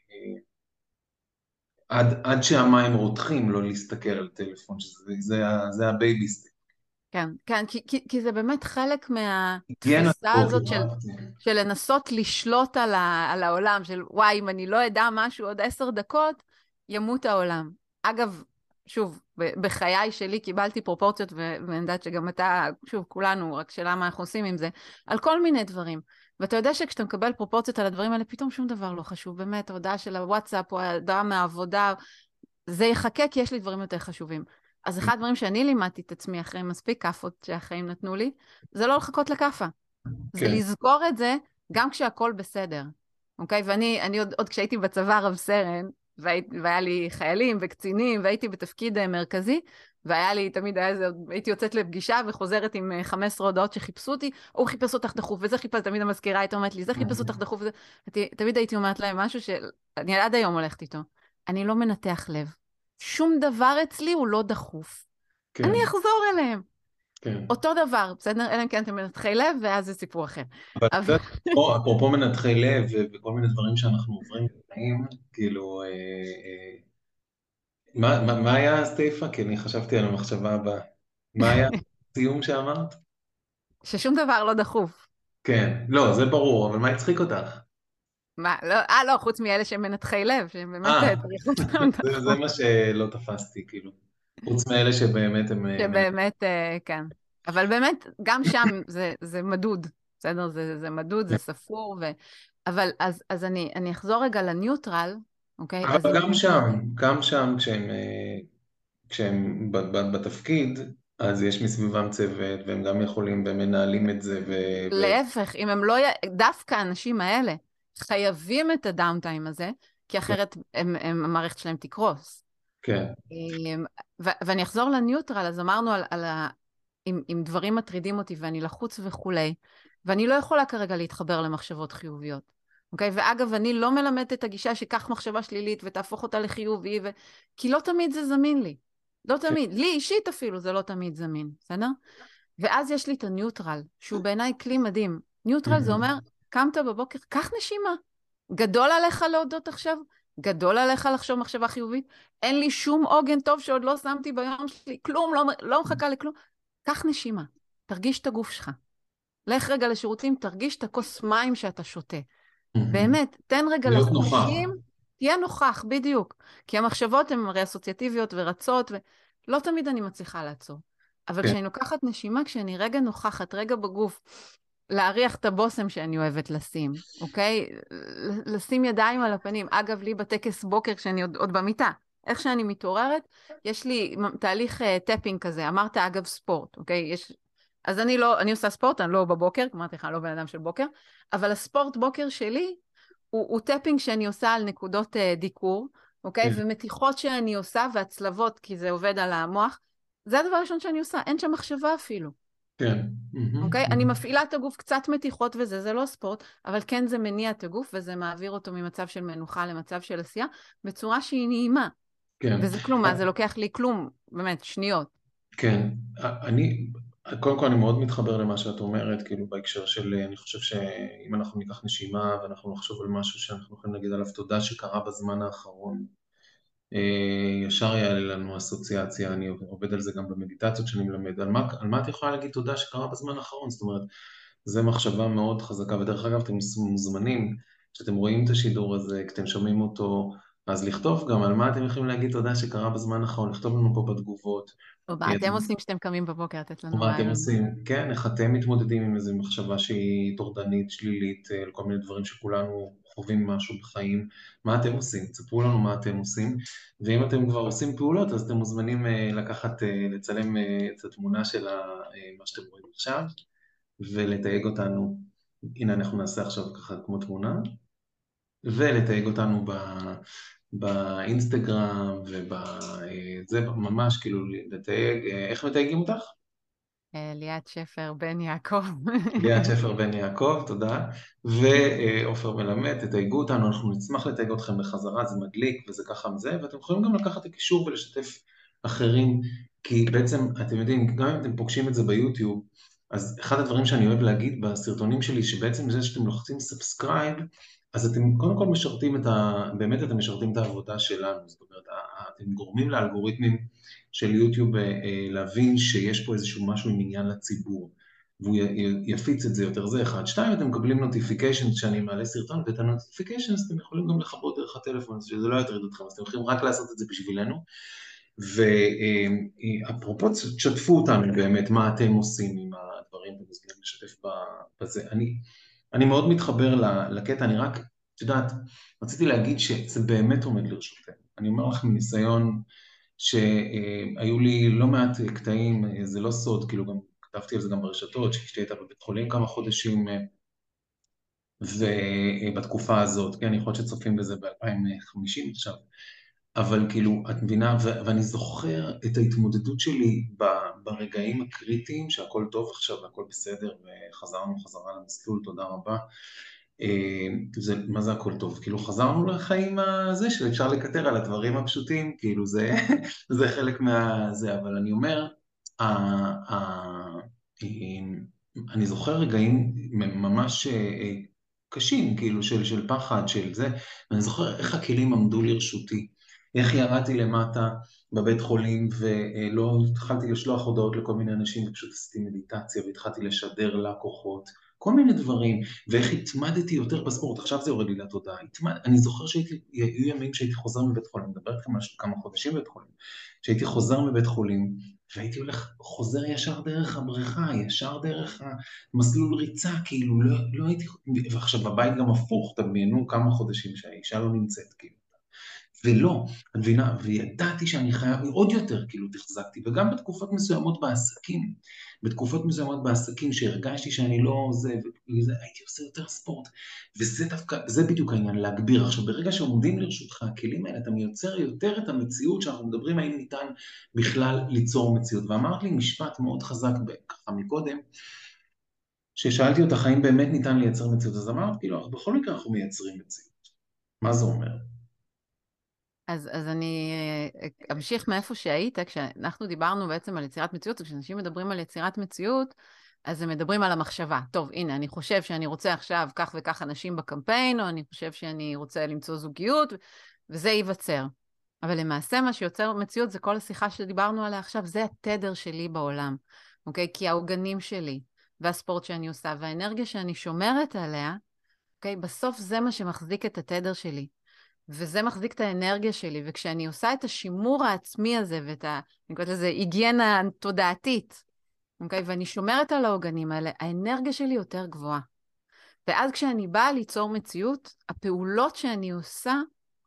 עד שהמים רותחים, לא להסתכל על טלפון, שזה הבייביסטר. כן, כן, כי זה באמת חלק היגיינה מהתפיסה בוקר, הזאת של לנסות לשלוט על העולם, של וואי, אם אני לא אדע משהו עוד 10 דקות, ימות העולם. אגב, שוב, בחיי שלי קיבלתי פרופורציות, ואני יודעת שגם אתה, שוב, כולנו, רק שאלה מה אנחנו עושים עם זה, על כל מיני דברים. ואתה יודע שכשאתה מקבל פרופורציות על הדברים האלה, פתאום שום דבר לא חשוב. באמת, ההודעה של הוואטסאפ או ההודעה מהעבודה, זה יחכה כי יש לי דברים יותר חשובים. אז אחד הדברים שאני לימדתי את עצמי אחרי מספיק כאפות שהחיים נתנו לי, זה לא לחכות לכאפה. זה כן. לזכור את זה גם כשהכול בסדר. אוקיי? ואני עוד כשהייתי בצבא רב סרן, והיה לי חיילים וקצינים, והייתי בתפקיד מרכזי, והיה לי, תמיד הייתי יוצאת לפגישה וחוזרת עם 15 הודעות שחיפשו אותי, הוא חיפש אותך דחוף, וזה חיפש, תמיד המזכירה הייתה אומרת לי, זה חיפש אותך דחוף, וזה... תמיד הייתי אומרת להם משהו שאני עד היום הולכת איתו. אני לא מנתח לב. שום דבר אצלי הוא לא דחוף. כן. אני אחזור אליהם. כן. אותו דבר, בסדר? אלא אם כן אתם מנתחי לב, ואז זה סיפור אחר. אבל את אבל יודעת, אפרופו מנתחי לב וכל מיני דברים שאנחנו עוברים בחיים, כאילו, מה היה סטייפה? כי אני חשבתי על המחשבה הבאה. מה היה הסיום שאמרת? ששום דבר לא דחוף. כן, לא, זה ברור, אבל מה הצחיק אותך? מה, לא, לא, חוץ מאלה שהם מנתחי לב, שהם באמת אה, צריך אותם זה דחוף. מה שלא תפסתי, כאילו. חוץ מאלה שבאמת הם שבאמת, כן. אבל באמת, גם שם זה מדוד, בסדר? זה מדוד, זה ספור, אבל אז אני אחזור רגע לניוטרל, אוקיי? אבל אז גם שם כשהם בתפקיד, אז יש מסביבם צוות, והם גם יכולים, והם מנהלים את זה, להפך, אם הם לא, דווקא האנשים האלה חייבים את הדאונטיים הזה, כי כן, אחרת המערכת שלהם תקרוס. כן, ואני אחזור לניוטרל, אז אמרנו אם דברים מטרידים אותי ואני לחוץ וכולי, ואני לא יכולה כרגע להתחבר למחשבות חיוביות. אוקיי? ואגב, אני לא מלמדת את הגישה שיקח מחשבה שלילית ותהפוך אותה לחיובי, כי לא תמיד זה זמין לי. לא כן, תמיד. לי אישית אפילו זה לא תמיד זמין, בסדר? ואז יש לי את הניוטרל, שהוא בעיניי כלי מדהים. ניוטרל זה אומר, קמת בבוקר, קח נשימה. גדול עליך להודות עכשיו? גדול עליך לחשוב מחשבה חיובית? אין לי שום עוגן טוב שעוד לא שמתי ביום שלי, כלום, לא מחכה לכלום. קח נשימה, תרגיש את הגוף שלך. לך רגע לשירותים, תרגיש את הכוס מים שאתה שותה. באמת, תן רגע להיות נוכח, לחושים, תהיה נוכח, בדיוק. כי המחשבות הן הרי אסוציאטיביות ורצות, ולא תמיד אני מצליחה לעצור. אבל כן, כשאני לוקחת נשימה, כשאני רגע נוכחת, רגע בגוף, להריח את הבושם שאני אוהבת לשים, אוקיי? לשים ידיים על הפנים. אגב, לי בטקס בוקר, כשאני עוד במיטה, איך שאני מתעוררת, יש לי תהליך טפינג כזה. אמרת, אגב, ספורט, אוקיי? אז אני עושה ספורט, אני לא בבוקר, אמרתי לך, אני לא בן אדם של בוקר, אבל הספורט בוקר שלי הוא טפינג שאני עושה על נקודות דיקור, אוקיי? כן, ומתיחות שאני עושה, והצלבות, כי זה עובד על המוח. זה הדבר הראשון שאני עושה, אין שם מחשבה אפילו, כן, אוקיי? אני מפעילה את הגוף, קצת מתיחות וזה, זה לא ספורט, אבל כן זה מניע את הגוף, וזה מעביר אותו ממצב של מנוחה למצב של עשייה, בצורה שהיא נעימה. כן. וזה כלום, מה? זה לוקח לי כלום, באמת, שניות. כן, קודם כל אני מאוד מתחבר למה שאת אומרת, כאילו בהקשר של, אני חושב שאם אנחנו ניקח נשימה ואנחנו נחשוב על משהו שאנחנו יכולים להגיד עליו תודה שקרה בזמן האחרון, ישר יעלה לנו אסוציאציה, אני עובד על זה גם במדיטציות שאני מלמד, על מה את יכולה להגיד תודה שקרה בזמן האחרון? זאת אומרת, זו מחשבה מאוד חזקה, ודרך אגב אתם מוזמנים, כשאתם רואים את השידור הזה, כשאתם שומעים אותו, אז לכתוב גם על מה אתם יכולים להגיד תודה שקרה בזמן האחרון, לכתוב לנו פה בתגובות. או מה אתם עושים כשאתם קמים בבוקר, לתת לנו מה אתם רעיון. עושים? כן, איך אתם מתמודדים עם איזו מחשבה שהיא טורדנית, שלילית, על כל מיני דברים שכולנו חווים משהו בחיים, מה אתם עושים? תספרו לנו מה אתם עושים, ואם אתם כבר עושים פעולות, אז אתם מוזמנים לצלם את התמונה של מה שאתם רואים עכשיו, ולתייג אותנו, הנה אנחנו נעשה עכשיו ככה כמו תמונה, ולתייג אותנו באינסטגרם ובזה ממש כאילו לתייג, איך מתייגים אותך? ליאת שפר, בן יעקב. ליאת שפר בן יעקב, תודה, ועופר מלמד, תתייגו אותנו, אנחנו נשמח לתייג אתכם בחזרה, זה מדליק וזה ככה מזה, ואתם יכולים גם לקחת את הקישור ולשתף אחרים, כי בעצם, אתם יודעים, גם אם אתם פוגשים את זה ביוטיוב, אז אחד הדברים שאני אוהב להגיד בסרטונים שלי, שבעצם זה שאתם לוחצים סאבסקרייב, אז אתם קודם כל משרתים באמת אתם משרתים את העבודה שלנו, זאת אומרת, אתם גורמים לאלגוריתמים של יוטיוב להבין שיש פה איזשהו משהו עם עניין לציבור. והוא יפיץ את זה יותר, זה אחד. שתיים, אתם מקבלים נוטיפיקיישן כשאני מעלה סרטון, ואת הנוטיפיקיישן אתם יכולים גם לכבות דרך הטלפון, אז שזה לא יטריד אתכם, אז אתם יכולים רק לעשות את זה בשבילנו. ואפרופו, תשתפו אותנו באמת, מה אתם עושים עם הדברים, אתם מוזמנים לשתף בזה. אני מאוד מתחבר לקטע, אני רק, את יודעת, רציתי להגיד שזה באמת עומד לרשותנו. אני אומר לך מניסיון שהיו לי לא מעט קטעים, זה לא סוד, כאילו גם כתבתי על זה גם ברשתות, שאשתי הייתה בבית חולים כמה חודשים ובתקופה הזאת, כן, יכול להיות שצופים בזה ב-2050 עכשיו, אבל כאילו, את מבינה, ואני זוכר את ההתמודדות שלי ברגעים הקריטיים, שהכל טוב עכשיו והכל בסדר, וחזרנו חזרה למסלול, תודה רבה. מה זה הכל טוב? כאילו חזרנו לחיים הזה שאפשר לקטר על הדברים הפשוטים, כאילו זה חלק מהזה, אבל אני אומר, ה- ה- אני זוכר רגעים ממש קשים, כאילו של פחד, של זה, ואני זוכר איך הכלים עמדו לרשותי, איך ירדתי למטה בבית חולים ולא התחלתי לשלוח הודעות לכל מיני אנשים, ופשוט עשיתי מדיטציה והתחלתי לשדר לקוחות, כל מיני דברים, ואיך התמדתי יותר בספורט, עכשיו זה יורד לי לתודעה, אני זוכר שהיו ימים שהייתי חוזר מבית חולים, מדבר איתכם על כמה חודשים בבית חולים, שהייתי חוזר מבית חולים, והייתי חוזר ישר דרך הבריכה, ישר דרך המסלול ריצה, כאילו לא הייתי, ועכשיו בבית גם הפוך, דמיינו כמה חודשים שהאישה לא נמצאת, כאילו. ולא, את מבינה, וידעתי שאני חייב עוד יותר, כאילו תחזקתי, וגם בתקופות מסוימות בעסקים, בתקופות מסוימות בעסקים שהרגשתי שאני לא זה, וזה, הייתי עושה יותר ספורט, וזה דווקא, זה בדיוק העניין, להגביר. עכשיו, ברגע שעומדים לרשותך הכלים האלה, אתה מייצר יותר את המציאות שאנחנו מדברים, האם ניתן בכלל ליצור מציאות. ואמרת לי משפט מאוד חזק ככה מקודם, ששאלתי אותך האם באמת ניתן לייצר מציאות, אז אמרת, כאילו, בכל מקרה אנחנו מייצרים מציאות. מה זה אומר? אז אני אמשיך מאיפה שהיית, כשאנחנו דיברנו בעצם על יצירת מציאות, וכשאנשים מדברים על יצירת מציאות, אז הם מדברים על המחשבה. טוב, הנה, אני חושב שאני רוצה עכשיו כך וכך אנשים בקמפיין, או אני חושב שאני רוצה למצוא זוגיות, וזה ייווצר. אבל למעשה מה שיוצר מציאות זה כל השיחה שדיברנו עליה עכשיו, זה התדר שלי בעולם, אוקיי? כי העוגנים שלי, והספורט שאני עושה, והאנרגיה שאני שומרת עליה, אוקיי? בסוף זה מה שמחזיק את התדר שלי. וזה מחזיק את האנרגיה שלי, וכשאני עושה את השימור העצמי הזה, אני קוראת לזה היגיינה תודעתית, אוקיי? ואני שומרת על העוגנים האלה, האנרגיה שלי יותר גבוהה. ואז כשאני באה ליצור מציאות, הפעולות שאני עושה,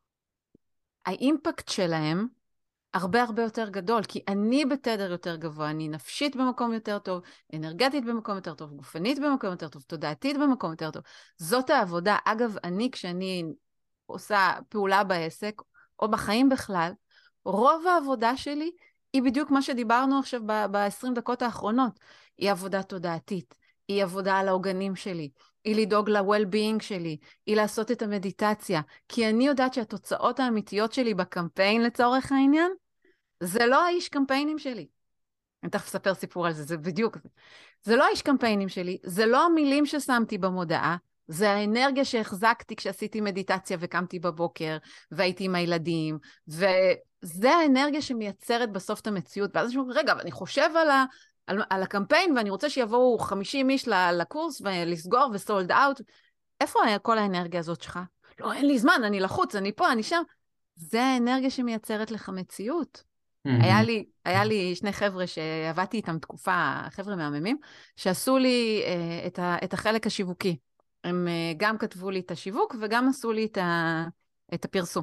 האימפקט שלהם הרבה הרבה יותר גדול, כי אני בתדר יותר גבוה, אני נפשית במקום יותר טוב, אנרגטית במקום יותר טוב, גופנית במקום יותר טוב, תודעתית במקום יותר טוב. זאת העבודה. אגב, כשאני עושה פעולה בעסק, או בחיים בכלל, רוב העבודה שלי היא בדיוק מה שדיברנו עכשיו ב-20 דקות האחרונות. היא עבודה תודעתית, היא עבודה על העוגנים שלי, היא לדאוג ל-well-being שלי, היא לעשות את המדיטציה, כי אני יודעת שהתוצאות האמיתיות שלי בקמפיין לצורך העניין, זה לא האיש קמפיינים שלי. אני תכף אספר סיפור על זה, זה בדיוק זה. זה לא האיש קמפיינים שלי, זה לא המילים ששמתי במודעה, זה האנרגיה שהחזקתי כשעשיתי מדיטציה וקמתי בבוקר, והייתי עם הילדים, וזה האנרגיה שמייצרת בסוף את המציאות. ואז אני אומר, רגע, אבל אני חושב על הקמפיין, ואני רוצה שיבואו 50 איש לקורס ולסגור וסולד אאוט. איפה כל האנרגיה הזאת שלך? לא, אין לי זמן, אני לחוץ, אני פה, אני שם. זה האנרגיה שמייצרת לך מציאות. היה לי שני חבר'ה שעבדתי איתם תקופה, חבר'ה מהממים, שעשו לי את החלק השיווקי. הם גם כתבו לי את השיווק וגם עשו לי את הפרסום.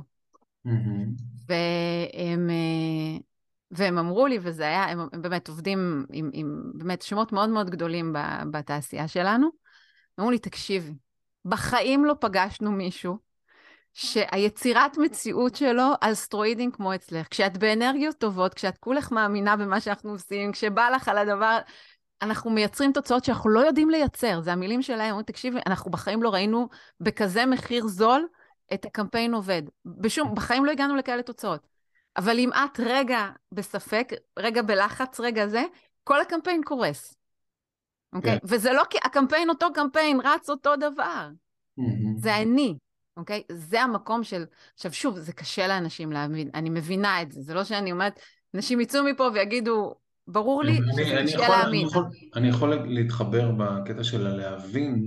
והם אמרו לי, וזה היה, הם באמת עובדים עם באמת שמות מאוד מאוד גדולים בתעשייה שלנו. הם אמרו לי, תקשיבי, בחיים לא פגשנו מישהו שהיצירת מציאות שלו על סטרואידים כמו אצלך. כשאת באנרגיות טובות, כשאת כולך מאמינה במה שאנחנו עושים, כשבא לך על הדבר, אנחנו מייצרים תוצאות שאנחנו לא יודעים לייצר. זה המילים שלהם, אומרים, תקשיבי, אנחנו בחיים לא ראינו בכזה מחיר זול את הקמפיין עובד. בחיים לא הגענו לכאלה תוצאות. אבל אם את רגע בספק, רגע בלחץ, רגע זה, כל הקמפיין קורס. אוקיי? וזה לא כי הקמפיין אותו קמפיין, רץ אותו דבר. זה אני. אוקיי? זה המקום של... עכשיו, שוב, זה קשה לאנשים להבין, אני מבינה את זה. זה לא שאני אומרת, אנשים יצאו מפה ויגידו, ברור לי שזה קשה להאמין. אני יכול להתחבר בקטע של הלהבין,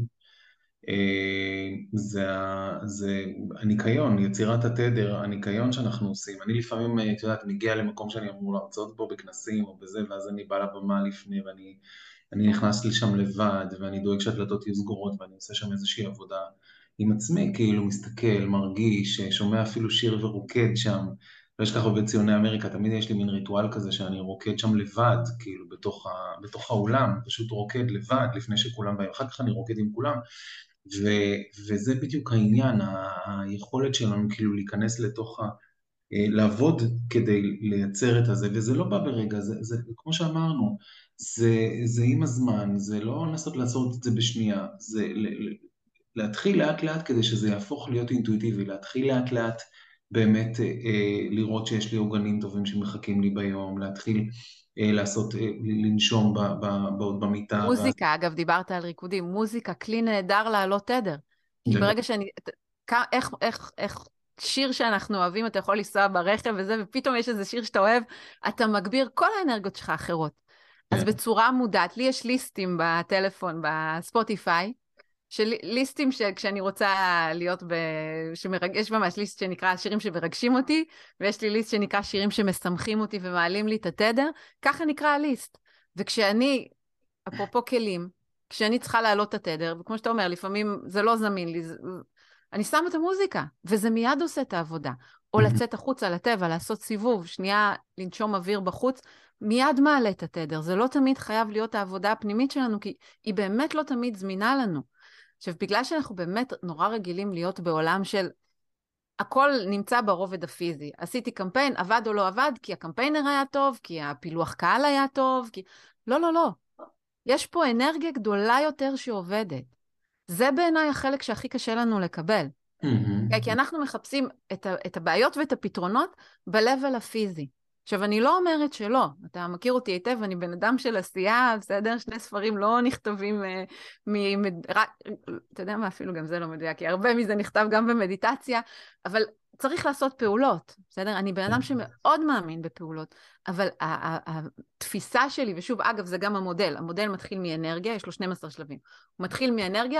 זה הניקיון, יצירת התדר, הניקיון שאנחנו עושים. אני לפעמים, את יודעת, מגיע למקום שאני אמור להרצות בו בכנסים או בזה, ואז אני בא לבמה לפני ואני נכנס לשם לבד, ואני דואג שהדלתות יהיו סגורות, ואני עושה שם איזושהי עבודה עם עצמי, כאילו מסתכל, מרגיש, שומע אפילו שיר ורוקד שם, ויש ככה בציוני אמריקה, תמיד יש לי מין ריטואל כזה שאני רוקד שם לבד, כאילו בתוך האולם, פשוט רוקד לבד לפני שכולם באים, אחר כך אני רוקד עם כולם, וזה בדיוק העניין, היכולת שלנו כאילו להיכנס לתוך לעבוד כדי לייצר את הזה, וזה לא בא ברגע, זה כמו שאמרנו, זה עם הזמן, זה לא לנסות לעשות את זה בשנייה, זה להתחיל לאט לאט כדי שזה יהפוך להיות אינטואיטיבי, להתחיל לאט לאט באמת לראות שיש לי עוגנים טובים שמחכים לי ביום, להתחיל לעשות, לנשום במיטה. מוזיקה, אגב, דיברת על ריקודים, מוזיקה, כלי נהדר להעלות תדר. כי גדול. ברגע איך שיר שאנחנו אוהבים, אתה יכול לנסוע ברכב וזה, ופתאום יש איזה שיר שאתה אוהב, אתה מגביר כל האנרגיות שלך אחרות. אז כן. בצורה מודעת, לי יש ליסטים בטלפון, בספוטיפיי, ליסטים שכשאני רוצה להיות יש ממש ליסט שנקרא שירים שמרגשים אותי, ויש לי ליסט שנקרא שירים שמשמחים אותי ומעלים לי את התדר, ככה נקרא הליסט. וכשאני, אפרופו כלים, כשאני צריכה להעלות את התדר, וכמו שאתה אומר, לפעמים זה לא זמין לי, אני שמה את המוזיקה, וזה מיד עושה את העבודה. או לצאת החוצה לטבע, לעשות סיבוב, שנייה לנשום אוויר בחוץ, מיד מעלה את התדר. זה לא תמיד חייב להיות העבודה הפנימית שלנו, כי היא באמת לא תמיד זמינה לנו. עכשיו, בגלל שאנחנו באמת נורא רגילים להיות בעולם של הכל נמצא ברובד הפיזי. עשיתי קמפיין, עבד או לא עבד, כי הקמפיינר היה טוב, כי הפילוח קהל היה טוב, כי... לא, לא, לא. יש פה אנרגיה גדולה יותר שעובדת. זה בעיניי החלק שהכי קשה לנו לקבל. כי אנחנו מחפשים את הבעיות ואת הפתרונות ב-level הפיזי. עכשיו, אני לא אומרת שלא, אתה מכיר אותי היטב, אני בן אדם של עשייה, בסדר? שני ספרים לא נכתבים אתה יודע מה, אפילו גם זה לא מדויק, כי הרבה מזה נכתב גם במדיטציה, אבל צריך לעשות פעולות, בסדר? אני בן אדם שמאוד מאמין בפעולות, אבל התפיסה שלי, ושוב, אגב, זה גם המודל מתחיל מאנרגיה, יש לו 12 שלבים. הוא מתחיל מאנרגיה,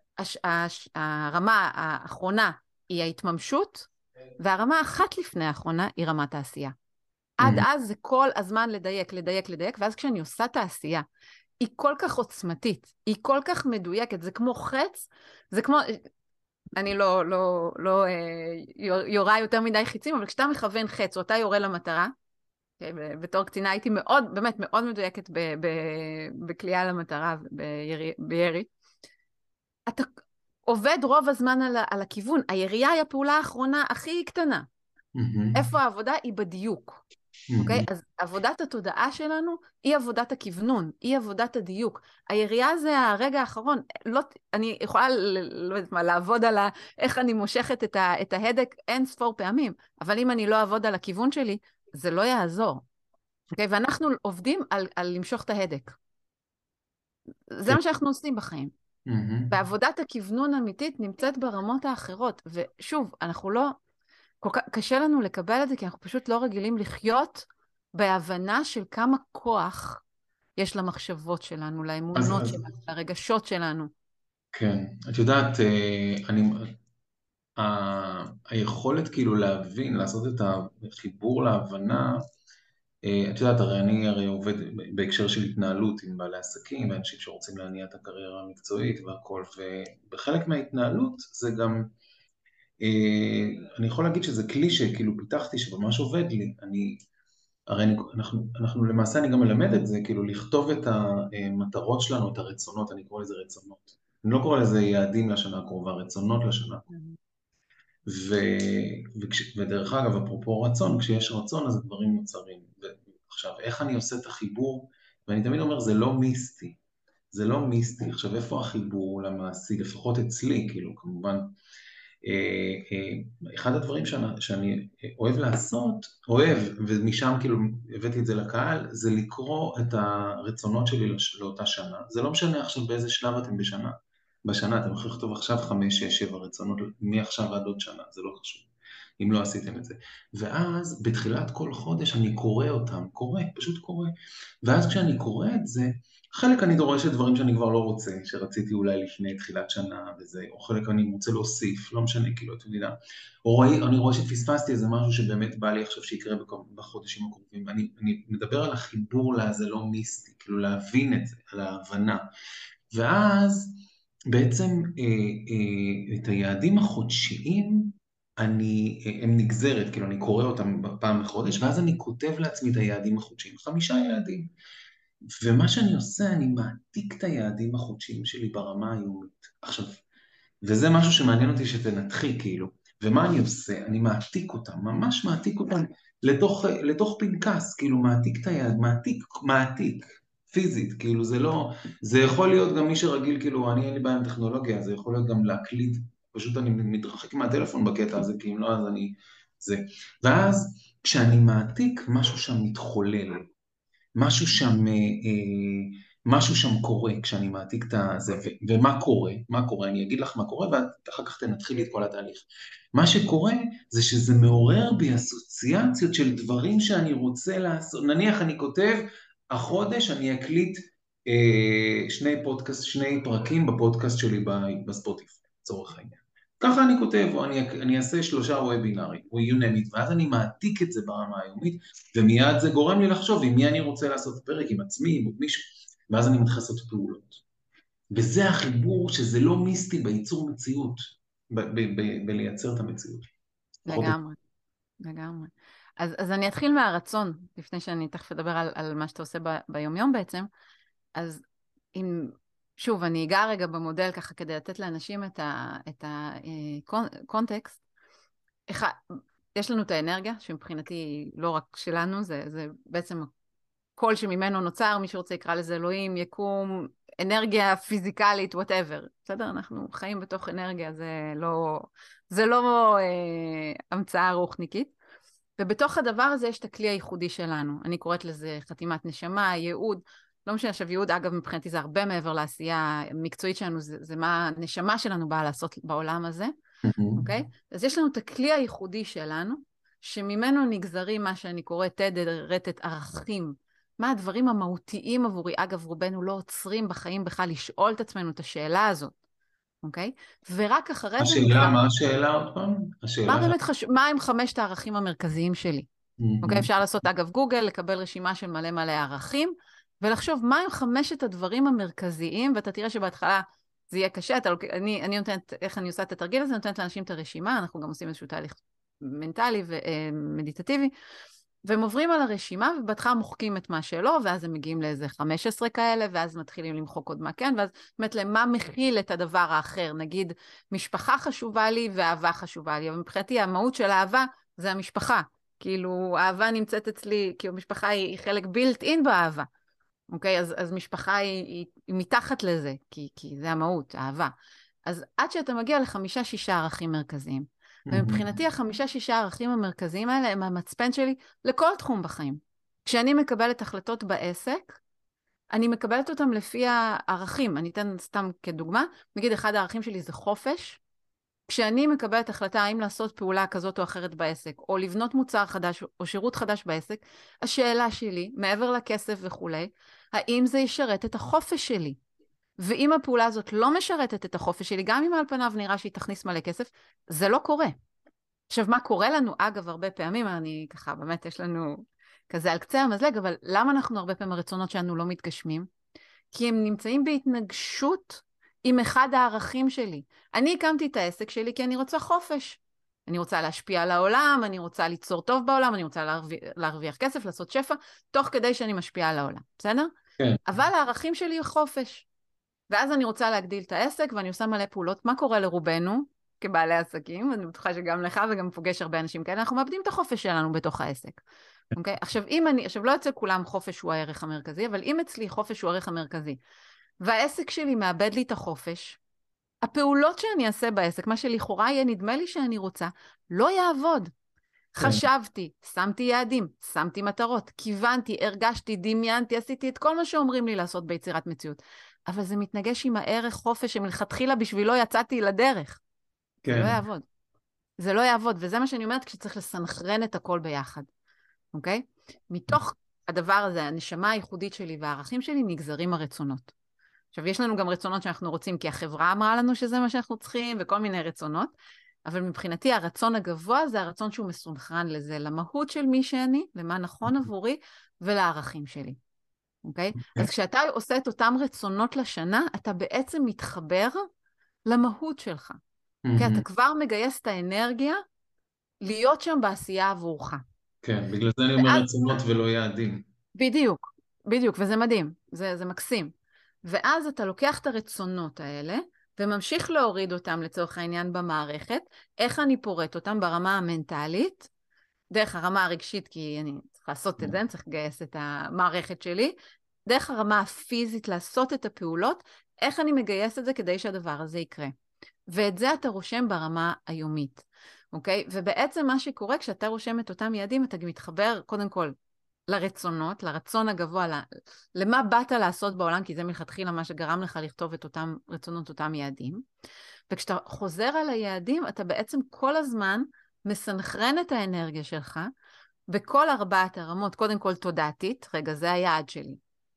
הרמה האחרונה היא ההתממשות, והרמה אחת לפני האחרונה היא רמת העשייה. עד אז זה כל הזמן לדייק, לדייק, לדייק, ואז כשאני עושה את העשייה, היא כל כך עוצמתית, היא כל כך מדויקת, זה כמו חץ, זה כמו, אני לא יורה יותר מדי חיצים, אבל כשאתה מכוון חץ, או אתה יורה למטרה, בתור קצינה הייתי מאוד, באמת מאוד מדויקת בקליעה למטרה, בירי, אתה עובד רוב הזמן על הכיוון, הירייה היא הפעולה האחרונה הכי קטנה. איפה העבודה? היא בדיוק. אוקיי? אז עבודת התודעה שלנו היא עבודת הכיוונון, היא עבודת הדיוק. הירייה זה הרגע האחרון. אני יכולה, לא יודעת מה, לעבוד על איך אני מושכת את ההדק אין ספור פעמים, אבל אם אני לא אעבוד על הכיוון שלי, זה לא יעזור. אוקיי? ואנחנו עובדים על למשוך את ההדק. זה מה שאנחנו עושים בחיים. בעבודת הכיוונון אמיתית נמצאת ברמות האחרות, ושוב, אנחנו לא, קשה לנו לקבל את זה, כי אנחנו פשוט לא רגילים לחיות בהבנה של כמה כוח יש למחשבות שלנו, לאמונות שלנו, לרגשות שלנו. כן, את יודעת, היכולת כאילו להבין, לעשות את החיבור להבנה, את יודעת, אני עובד בהקשר של התנהלות עם בעלי עסקים ואנשים שרוצים להניע את הקריירה המקצועית והכל, ובחלק מההתנהלות זה גם, אני יכול להגיד שזה כלי שכאילו פיתחתי שממש עובד לי, אנחנו למעשה, אני גם מלמד את זה, כאילו לכתוב את המטרות שלנו, את הרצונות, אני קורא לזה רצונות. אני לא קורא לזה יעדים לשנה הקרובה, רצונות לשנה הקרובה. ודרך אגב, אפרופו רצון, כשיש רצון אז הדברים נוצרים. עכשיו, איך אני עושה את החיבור? ואני תמיד אומר, זה לא מיסטי. זה לא מיסטי. עכשיו, איפה החיבור למעשי? לפחות אצלי, כאילו, כמובן. אחד הדברים שאני אוהב לעשות, ומשם כאילו הבאתי את זה לקהל, זה לקרוא את הרצונות שלי לאותה שנה. זה לא משנה עכשיו באיזה שלב אתם בשנה, אתם יכולים לכתוב עכשיו 5, 6, 7 רצונות, מעכשיו עד עוד שנה, זה לא חשוב, אם לא עשיתם את זה. ואז בתחילת כל חודש אני קורא אותם, פשוט קורא. ואז כשאני קורא את זה, חלק אני דורש את דברים שאני כבר לא רוצה, שרציתי אולי לפני תחילת שנה וזה, או חלק אני רוצה להוסיף, לא משנה, כאילו, אתה יודע. או אני רואה שפספסתי איזה משהו שבאמת בא לי עכשיו שיקרה בחודשים הקרובים, ואני מדבר על החיבור לזה לא מיסטי, כאילו להבין את זה, על ההבנה. ואז בעצם את היעדים החודשיים, הם נגזרת, כאילו אני קורא אותם פעם בחודש, ואז אני כותב לעצמי את היעדים החודשיים, 5 יעדים. ומה שאני עושה, אני מעתיק את היעדים החודשיים שלי ברמה היומית. עכשיו, וזה משהו שמעניין אותי שתנתחי, כאילו. ומה אני עושה? אני מעתיק אותם, ממש מעתיק אותם לתוך פנקס, כאילו מעתיק את היעד, מעתיק, פיזית, כאילו זה לא, זה יכול להיות גם מי שרגיל, כאילו, אין לי בעיה עם טכנולוגיה, זה יכול להיות גם להקליד, פשוט אני מתרחק מהטלפון בקטע הזה, כי אם לא, אז אני זה. ואז כשאני מעתיק, משהו שם מתחולל, משהו שם, משהו שם קורה כשאני מעתיק את זה, ומה קורה? מה קורה? אני אגיד לך מה קורה, ואחר כך נתחיל את כל התהליך. מה שקורה זה שזה מעורר בי אסוציאציות של דברים שאני רוצה לעשות. נניח אני כותב, החודש אני אקליט שני פרקים בפודקאסט שלי בספוטיפיי, לצורך העניין. ככה אני כותב, או אני אעשה 3 וובינארים, או you name it, ואז אני מעתיק את זה ברמה היומית, ומיד זה גורם לי לחשוב עם מי אני רוצה לעשות פרק, עם עצמי, עם עוד מישהו, ואז אני מתחיל לעשות פעולות. וזה החיבור שזה לא מיסטי בייצור מציאות, בלייצר את המציאות. לגמרי, לגמרי. אז אני אתחיל מהרצון, לפני שאני תכף אדבר על מה שאתה עושה ביומיום בעצם. אז אם, שוב, אני אגע רגע במודל ככה כדי לתת לאנשים את הקונטקסט. יש לנו את האנרגיה, שמבחינתי לא רק שלנו, זה בעצם כל שממנו נוצר, מי שרוצה יקרא לזה אלוהים, יקום, אנרגיה פיזיקלית, whatever. בסדר? אנחנו חיים בתוך אנרגיה, זה לא המצאה רוחניקית. ובתוך הדבר הזה יש את הכלי הייחודי שלנו. אני קוראת לזה חתימת נשמה, ייעוד. לא משנה, עכשיו ייעוד, אגב, מבחינתי זה הרבה מעבר לעשייה המקצועית שלנו, זה מה הנשמה שלנו באה לעשות בעולם הזה. אוקיי? אז יש לנו את הכלי הייחודי שלנו, שממנו נגזרים מה שאני קוראת רטט ערכים. מה הדברים המהותיים עבורי? אגב, רובנו לא עוצרים בחיים בכלל לשאול את עצמנו את השאלה הזאת. אוקיי? ורק אחרי זה... מה השאלה עוד פעם? מה הם 5 הערכים המרכזיים שלי? אוקיי? אפשר לעשות, אגב, גוגל, לקבל רשימה של מלא מלא ערכים, ולחשוב מה הם 5 הדברים המרכזיים, ואתה תראה שבהתחלה זה יהיה קשה, אני נותנת, איך אני עושה את התרגיל הזה, נותנת לאנשים את הרשימה, אנחנו גם עושים איזשהו תהליך מנטלי ומדיטטיבי, והם עוברים על הרשימה, ובהתחלה מוחקים את מה שלא, ואז הם מגיעים לאיזה 15 כאלה, ואז מתחילים למחוק עוד מה כן, ואז באמת להם מה מכיל את הדבר האחר, נגיד, משפחה חשובה לי ואהבה חשובה לי, אבל מבחינתי המהות של אהבה זה המשפחה, כאילו אהבה נמצאת אצלי, כאילו משפחה היא חלק בילט אין באהבה, אוקיי? אז משפחה היא מתחת לזה, כי זה המהות, האהבה. אז עד שאתה מגיע ל5-6 ערכים מרכזיים, ומבחינתי 5-6 ערכים המרכזיים האלה הם המצפן שלי לכל תחום בחיים. כשאני מקבלת החלטות בעסק, אני מקבלת אותם לפי הערכים. אני אתן סתם כדוגמה, נגיד אחד הערכים שלי זה חופש. כשאני מקבלת החלטה האם לעשות פעולה כזאת או אחרת בעסק, או לבנות מוצר חדש או שירות חדש בעסק, השאלה שלי, מעבר לכסף וכולי, האם זה ישרת את החופש שלי? ואם הפעולה הזאת לא משרתת את החופש שלי, גם אם על פניו נראה שהיא תכניס מלא כסף, זה לא קורה. עכשיו, מה קורה לנו? אגב, הרבה פעמים, אני ככה, באמת יש לנו כזה על קצה המזלג, אבל למה אנחנו הרבה פעמים הרצונות שלנו לא מתגשמים? כי הם נמצאים בהתנגשות עם אחד הערכים שלי. אני הקמתי את העסק שלי כי אני רוצה חופש. אני רוצה להשפיע על העולם, אני רוצה ליצור טוב בעולם, אני רוצה להרוויח כסף, לעשות שפע, תוך כדי שאני משפיעה על העולם, בסדר? כן. אבל הערכים שלי הוא חופש. ואז אני רוצה להגדיל את העסק, ואני עושה מלא פעולות. מה קורה לרובנו כבעלי עסקים? אני בטוחה שגם לך וגם פוגש הרבה אנשים כאלה, אנחנו מאבדים את החופש שלנו בתוך העסק. אוקיי? עכשיו, לא אצל כולם חופש הוא הערך המרכזי, אבל אם אצלי חופש הוא הערך המרכזי, והעסק שלי מאבד לי את החופש, הפעולות שאני אעשה בעסק, מה שלכאורה יהיה נדמה לי שאני רוצה, לא יעבוד. חשבתי, שמתי יעדים, שמתי מטרות, כיוונתי, הרגשתי, דמיינתי, עשיתי את כל מה שאומרים לי לעשות ביצירת מציאות. אבל זה מתנגש עם הערך חופש שמלכתחילה בשבילו יצאתי לדרך. כן. זה לא יעבוד. זה לא יעבוד, וזה מה שאני אומרת כשצריך לסנכרן את הכל ביחד. אוקיי? מתוך הדבר הזה, הנשמה הייחודית שלי והערכים שלי נגזרים הרצונות. עכשיו, יש לנו גם רצונות שאנחנו רוצים, כי החברה אמרה לנו שזה מה שאנחנו צריכים, וכל מיני רצונות, אבל מבחינתי הרצון הגבוה זה הרצון שהוא מסונכרן לזה, למהות של מי שאני, למה נכון עבורי, ולערכים שלי. אוקיי? אז כשאתה עושה את אותם רצונות לשנה, אתה בעצם מתחבר למהות שלך. אוקיי? אתה כבר מגייס את האנרגיה להיות שם בעשייה עבורך. כן, בגלל זה אני אומר רצונות ולא יעדים. בדיוק, בדיוק, וזה מדהים, זה מקסים. ואז אתה לוקח את הרצונות האלה, וממשיך להוריד אותם לצורך העניין במערכת, איך אני פורט אותם ברמה המנטלית, דרך הרמה הרגשית, כי אני צריך לעשות את זה, אני צריך לגייס את המערכת שלי, דרך הרמה הפיזית לעשות את הפעולות, איך אני מגייס את זה כדי שהדבר הזה יקרה. ואת זה אתה רושם ברמה היומית. אוקיי? ובעצם מה שקורה כשאתה רושם את אותם יעדים, אתה גם מתחבר קודם כל לרצונות, לרצון הגבוה, למה באת לעשות בעולם, כי זה מלכתחילה מה שגרם לך לכתוב את אותם רצונות, אותם יעדים. וכשאתה חוזר על היעדים, אתה בעצם כל הזמן מסנכרן את האנרגיה שלך, בכל 4 הרמות, קודם כל תודעתית, רגע, זה היעד שלי.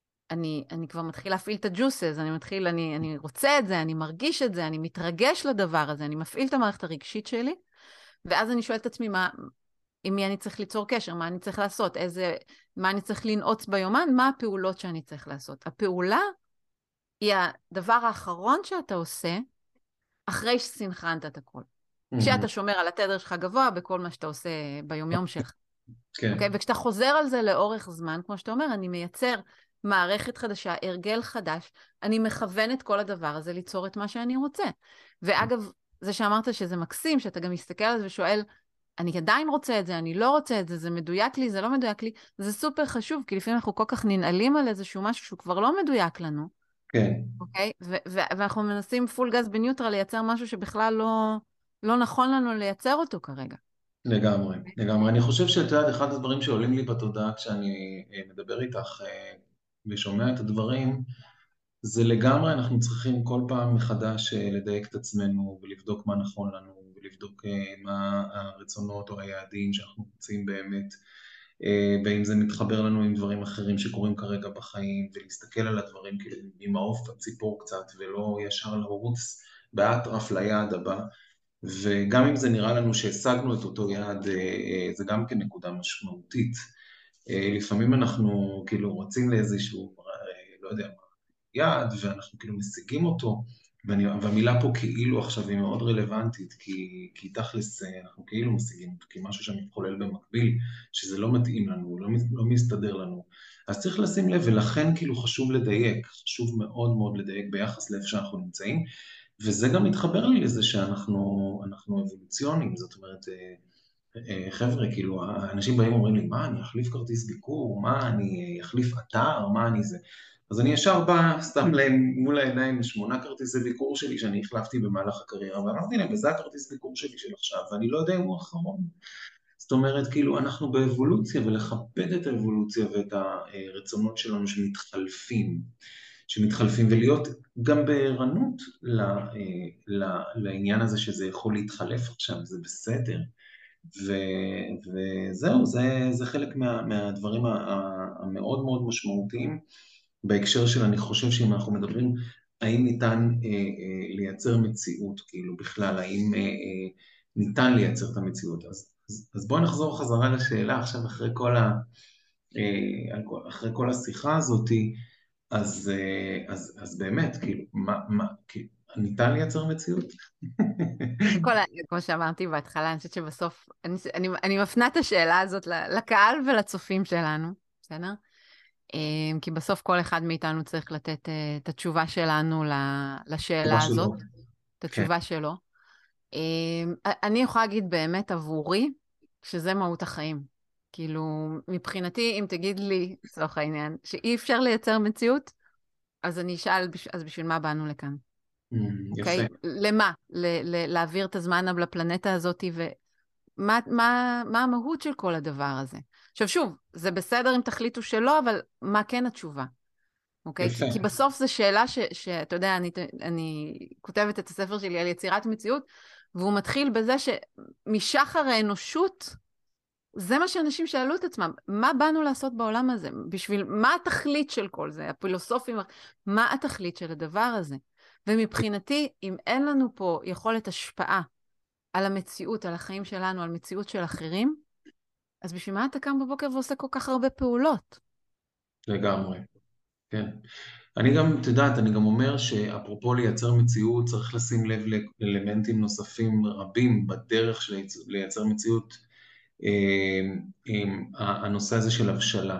אני כבר מתחיל להפעיל את הג'וסס, אני רוצה את זה, אני מרגיש את זה, אני מתרגש לדבר הזה, אני מפעיל את המערכת הרגשית שלי, ואז אני שואלת את עצמי, עם מי אני צריך ליצור קשר, מה אני צריך לעשות, מה אני צריך לנעוץ ביומן, מה הפעולות שאני צריך לעשות. הפעולה היא הדבר האחרון שאתה עושה, אחרי שסנכרנת את הכל. כשאתה שומר על התדר שלך גבוה בכל מה שאתה עושה ביומיום שלך. כן. אוקיי? וכשאתה חוזר על זה לאורך זמן, כמו שאתה אומר, אני מייצר מערכת חדשה, הרגל חדש, אני מכוון את כל הדבר הזה ליצור את מה שאני רוצה. ואגב, זה שאמרת שזה מקסים, שאתה גם מסתכל על זה ושואל, אני עדיין רוצה את זה, אני לא רוצה את זה, זה מדויק לי, זה לא מדויק לי, זה סופר חשוב, כי לפעמים אנחנו כל כך ננעלים על איזשהו משהו שהוא כבר לא מדויק לנו, כן. אוקיי? ואנחנו מנסים פול גז בניוטרל לייצר משהו שבכלל לא נכון לנו לייצר אותו כרגע. לגמרי, לגמרי. אני חושב שאת יודעת, אחד הדברים שעולים לי בתודעה כשאני מדבר איתך ושומע את הדברים, זה לגמרי, אנחנו צריכים כל פעם מחדש לדייק את עצמנו ולבדוק מה נכון לנו, ולבדוק מה הרצונות או היעדים שאנחנו רוצים באמת, ואם זה מתחבר לנו עם דברים אחרים שקורים כרגע בחיים, ולהסתכל על הדברים כאילו עם העוף בציפור קצת, ולא ישר לרוץ באטרף ליעד הבא. וגם אם זה נראה לנו שהשגנו את אותו יעד, זה גם כן נקודה משמעותית. לפעמים אנחנו כאילו רוצים לאיזשהו, לא יודע מה, יעד, ואנחנו כאילו משיגים אותו, והמילה פה כאילו עכשיו היא מאוד רלוונטית, כי תכלס אנחנו כאילו משיגים אותו, כי משהו שם מתחולל במקביל, שזה לא מתאים לנו, לא מסתדר לנו. אז צריך לשים לב, ולכן כאילו חשוב לדייק, חשוב מאוד מאוד לדייק ביחס לאיפה שאנחנו נמצאים, וזה גם מתחבר לי לזה שאנחנו אבולוציונים, זאת אומרת, חבר'ה, כאילו, האנשים באים ואומרים לי, מה, אני אחליף כרטיס ביקור, מה, אני אחליף אתר, מה אני זה? אז אני ישר בא, שם להם מול העיניים 8 כרטיסי ביקור שלי שאני החלפתי במהלך הקריירה, ואמרתי להם, וזה הכרטיס ביקור שלי של עכשיו, ואני לא יודע אם הוא האחרון. זאת אומרת, כאילו, אנחנו באבולוציה, ולכבד את האבולוציה ואת הרצונות שלנו שמתחלפים, ולהיות גם בערנות לעניין הזה שזה יכול להתחלף עכשיו, זה בסדר. וזהו, זה חלק מהדברים המאוד מאוד משמעותיים בהקשר של, אני חושב שאם אנחנו מדברים, האם ניתן לייצר מציאות, כאילו בכלל, האם ניתן לייצר את המציאות. אז בואו נחזור חזרה לשאלה עכשיו אחרי כל השיחה הזאת, אז באמת, כאילו, כאילו, ניתן לייצר מציאות? כמו שאמרתי בהתחלה, אני חושבת שבסוף, אני מפנה את השאלה הזאת לקהל ולצופים שלנו, בסדר? כי בסוף כל אחד מאיתנו צריך לתת את התשובה שלנו לשאלה תשובה הזאת, שלו. את כן. התשובה שלו. אני יכולה להגיד באמת עבורי, שזה מהות החיים. כאילו, מבחינתי, אם תגיד לי, לצורך העניין, שאי אפשר לייצר מציאות, אז אני אשאל, אז בשביל מה באנו לכאן? יפה. אוקיי? למה? להעביר את הזמן לפלנטה הזאת, ומה המהות של כל הדבר הזה? עכשיו שוב, זה בסדר אם תחליטו שלא, אבל מה כן התשובה? אוקיי? יפה. כי בסוף זו שאלה שאתה יודע, אני כותבת את הספר שלי על יצירת מציאות, והוא מתחיל בזה שמשחר האנושות, זה מה שאנשים שאלו את עצמם, מה באנו לעשות בעולם הזה? בשביל, מה התכלית של כל זה? הפילוסופים, מה התכלית של הדבר הזה? ומבחינתי, אם אין לנו פה יכולת השפעה על המציאות, על החיים שלנו, על מציאות של אחרים, אז בשביל מה אתה קם בבוקר ועושה כל כך הרבה פעולות? לגמרי, כן. אני גם, את יודעת, אני גם אומר שאפרופו לייצר מציאות, צריך לשים לב לאלמנטים נוספים רבים בדרך של לייצר מציאות, הנושא הזה של הבשלה,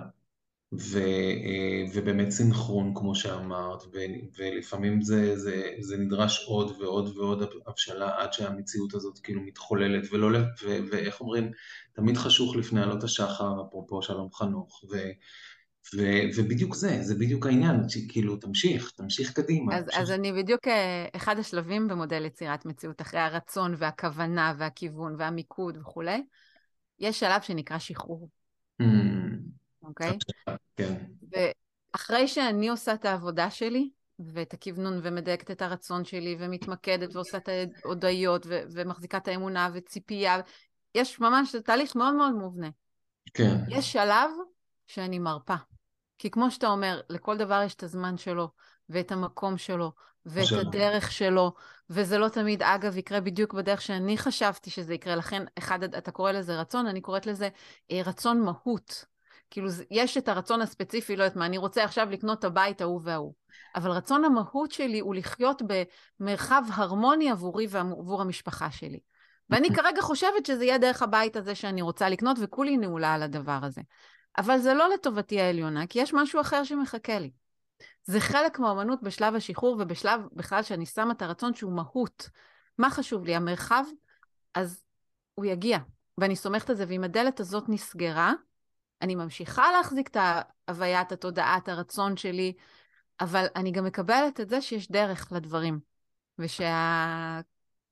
ובאמת סינכרון, כמו שאמרת, ולפעמים זה נדרש עוד ועוד ועוד הבשלה עד שהמציאות הזאת כאילו מתחוללת, ואיך אומרים, תמיד חשוך לפני עלות השחר, אפרופו שלום חנוך, ובדיוק זה בדיוק העניין, כאילו תמשיך קדימה. אז אני בדיוק, אחד השלבים במודל יצירת מציאות, אחרי הרצון והכוונה והכיוון והמיקוד וכולי, יש שלב שנקרא שחרור, Hmm, אוקיי? כן, ואחרי שאני עושה את העבודה שלי, ואת הכוונון ומדייקת את הרצון שלי, ומתמקדת ועושה את ההודיות, ומחזיקה את האמונה וציפייה, יש ממש תהליך מאוד מאוד מובנה. כן, יש שלב שאני מרפה. כי כמו שאתה אומר, לכל דבר יש את הזמן שלו, ואת המקום שלו, ואת עכשיו, הדרך שלו, וזה לא תמיד, אגב, יקרה בדיוק בדרך שאני חשבתי שזה יקרה. לכן, אתה קורא לזה רצון, אני קוראת לזה רצון מהות. כאילו, יש את הרצון הספציפי, לא יודעת מה, אני רוצה עכשיו לקנות את הבית ההוא וההוא. אבל רצון המהות שלי הוא לחיות במרחב הרמוני עבורי ועבור המשפחה שלי. ואני כרגע חושבת שזה יהיה דרך הבית הזה שאני רוצה לקנות, וכולי נעולה על הדבר הזה. אבל זה לא לטובתי העליונה, כי יש משהו אחר שמחכה לי. זה חלק מהאמנות בשלב השחרור, ובשלב בכלל שאני שמה את הרצון שהוא מהות. מה חשוב לי? המרחב, אז הוא יגיע. ואני סומכת על זה, ואם הדלת הזאת נסגרה, אני ממשיכה להחזיק את ההוויית, התודעה, את הרצון שלי, אבל אני גם מקבלת את זה שיש דרך לדברים, ושהמהות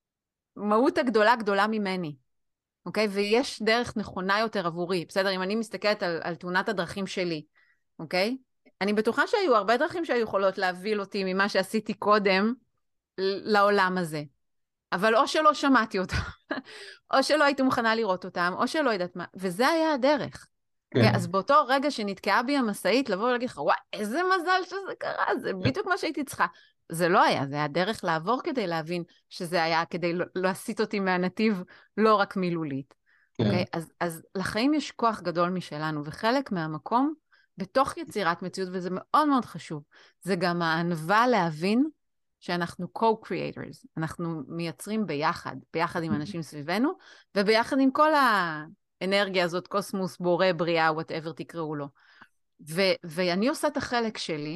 הגדולה גדולה ממני. אוקיי? ויש דרך נכונה יותר עבורי. בסדר, אם אני מסתכלת על תאונת הדרכים שלי, אוקיי? אני בטוחה שהיו הרבה דרכים שהיו יכולות להוביל אותי ממה שעשיתי קודם לעולם הזה. אבל או שלא שמעתי אותם, או שלא הייתי מוכנה לראות אותם, או שלא יודעת מה, וזה היה הדרך. אוקיי? כן, אז באותו רגע שנתקעה בי המשאית, לבוא ולהגיד לך, וואי, איזה מזל שזה קרה, זה בדיוק מה שהייתי צריכה. זה לא היה, זה היה דרך לעבור כדי להבין שזה היה כדי להסיט אותי מהנתיב, לא רק מילולית. כן, אוקיי? אז לחיים יש כוח גדול משלנו, וחלק מהמקום, בתוך יצירת מציאות, וזה מאוד מאוד חשוב, זה גם הענווה להבין שאנחנו co-creators, אנחנו מייצרים ביחד, ביחד עם אנשים סביבנו, וביחד עם כל האנרגיה הזאת, קוסמוס, בורא, בריאה, whatever תקראו לו. ואני עושה את החלק שלי,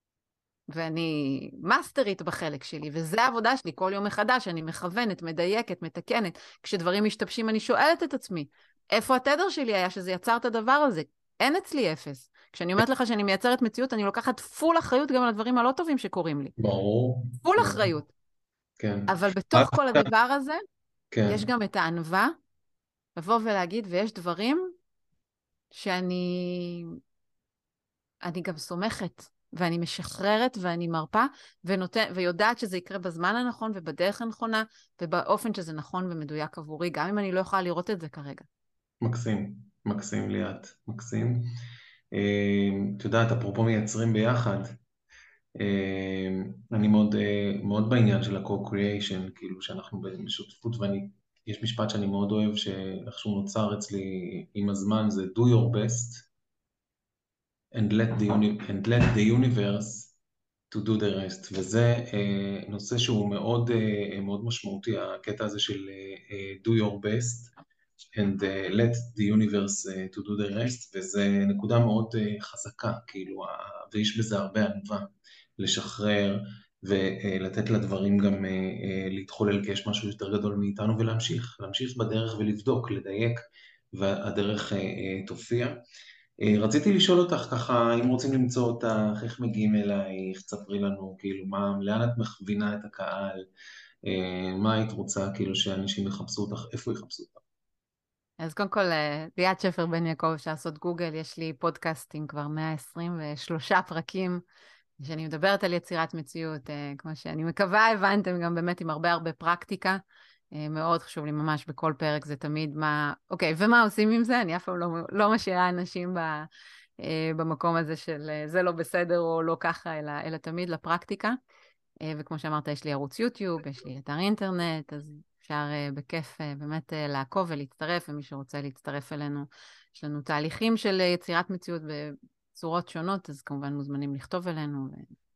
ואני מאסטרית בחלק שלי, וזה העבודה שלי, כל יום מחדש, אני מכוונת, מדייקת, מתקנת. כשדברים משתבשים, אני שואלת את עצמי, איפה התדר שלי היה שזה יצר את הדבר הזה? אין אצלי אפס. כשאני אומרת לך שאני מייצרת מציאות, אני לוקחת פול אחריות גם על הדברים הלא טובים שקורים לי. ברור, פול ברור, אחריות. כן. אבל רק בתוך כל הדבר הזה, כן, יש גם את הענווה, לבוא ולהגיד, ויש דברים שאני גם סומכת, ואני משחררת, ואני מרפה, ויודעת שזה יקרה בזמן הנכון, ובדרך הנכונה, ובאופן שזה נכון ומדויק עבורי, גם אם אני לא יכולה לראות את זה כרגע. מקסים, מקסים ליאת, מקסים. את יודעת, אפרופו מייצרים ביחד, אני מאוד, מאוד בעניין של ה-co-creation, כאילו שאנחנו בשותפות, יש משפט שאני מאוד אוהב, שאיכשהו נוצר אצלי עם הזמן, זה do your best and let the universe to do the rest, וזה נושא שהוא מאוד, מאוד משמעותי, הקטע הזה של do your best and let the universe to do the rest, וזה נקודה מאוד חזקה, כאילו, ויש בזה הרבה ענווה, לשחרר ולתת לדברים גם להתחולל, כי יש משהו יותר גדול מאיתנו, להמשיך בדרך ולבדוק, לדייק, והדרך תופיע. רציתי לשאול אותך ככה, אם רוצים למצוא אותך, איך מגיעים אלייך, תספרי לנו, כאילו, לאן את מכווינה את הקהל, מה היית רוצה, כאילו, שאנשים יחפשו אותך, איפה יחפשו אותך? אז קודם כל, ליאת שפר בן יעקב, אפשר לעשות גוגל, יש לי פודקאסטים כבר 123 פרקים, שאני מדברת על יצירת מציאות, כמו שאני מקווה, הבנתם גם באמת עם הרבה הרבה פרקטיקה, מאוד חשוב לי ממש בכל פרק, זה תמיד מה, אוקיי, ומה עושים עם זה? אני אף פעם לא משאירה אנשים במקום הזה של זה לא בסדר או לא ככה, אלא תמיד לפרקטיקה. וכמו שאמרת, יש לי ערוץ יוטיוב, יש לי אתר אינטרנט, אז אפשר בכיף באמת לעקוב ולהצטרף, ומי שרוצה להצטרף אלינו, יש לנו תהליכים של יצירת מציאות בצורות שונות, אז כמובן מוזמנים לכתוב אלינו.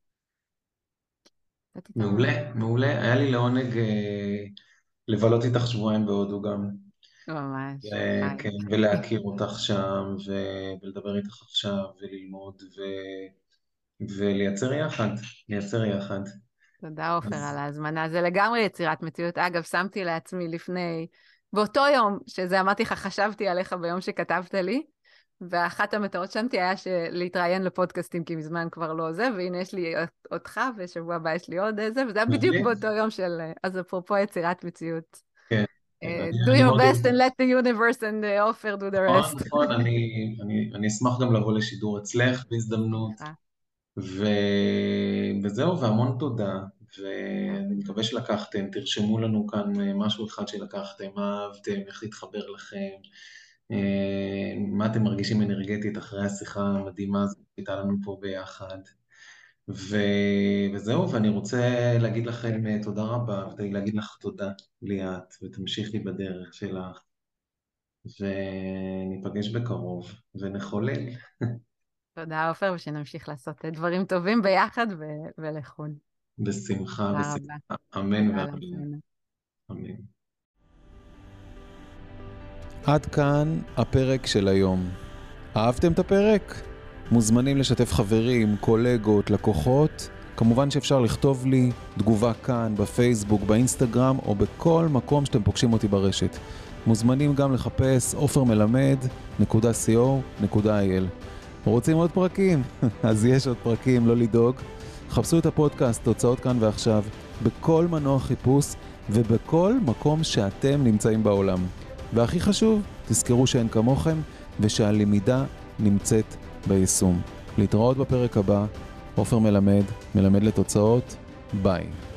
מעולה, מעולה, היה לי לעונג לבלות איתך שבועיים בהודו גם, ממש, כן, חיים. ולהכיר אותך שם, ולדבר איתך עכשיו, וללמוד, ולייצר יחד, לייצר יחד. תודה, עופר, על אז ההזמנה. זה לגמרי יצירת מציאות. אגב, שמתי לעצמי באותו יום, שזה אמרתי לך, חשבתי עליך ביום שכתבת לי, ואחת המטרות שמתי היה להתראיין לפודקאסטים, כי מזמן כבר לא זה, והנה יש לי אותך, ושבוע הבא יש לי עוד זה, וזה היה בדיוק באותו יום של, אז אפרופו יצירת מציאות. כן. Do your best and let the universe and offer do the rest. נכון, אני אשמח גם לבוא לשידור אצלך בהזדמנות, וזהו, והמון תודה, ואני מקווה שלקחתם, תרשמו לנו כאן משהו אחד שלקחתם, מה אהבתם, איך להתחבר לכם, מה אתם מרגישים אנרגטית אחרי השיחה המדהימה הזאת שהייתה לנו פה ביחד. וזהו, ואני רוצה להגיד לכם תודה רבה, ולהגיד לך תודה, ליאת, ותמשיכי בדרך שלך, וניפגש בקרוב, ונחולל. תודה, עופר, ושנמשיך לעשות דברים טובים ביחד ולחוד. בשמחה, תודה בשמחה. רבה. אמן תודה ואמן. לעצמנו. אמן. עד כאן הפרק של היום. אהבתם את הפרק? מוזמנים לשתף חברים, קולגות, לקוחות. כמובן שאפשר לכתוב לי תגובה כאן, בפייסבוק, באינסטגרם, או בכל מקום שאתם פוגשים אותי ברשת. מוזמנים גם לחפש ofermelamed.co.il. רוצים עוד פרקים? אז יש עוד פרקים, לא לדאוג. חפשו את הפודקאסט, תוצאות כאן ועכשיו, בכל מנוע חיפוש ובכל מקום שאתם נמצאים בעולם. והכי חשוב, תזכרו שאין כמוכם ושהלמידה נמצאת ביישום. להתראות בפרק הבא. עופר מלמד, מלמד לתוצאות. ביי.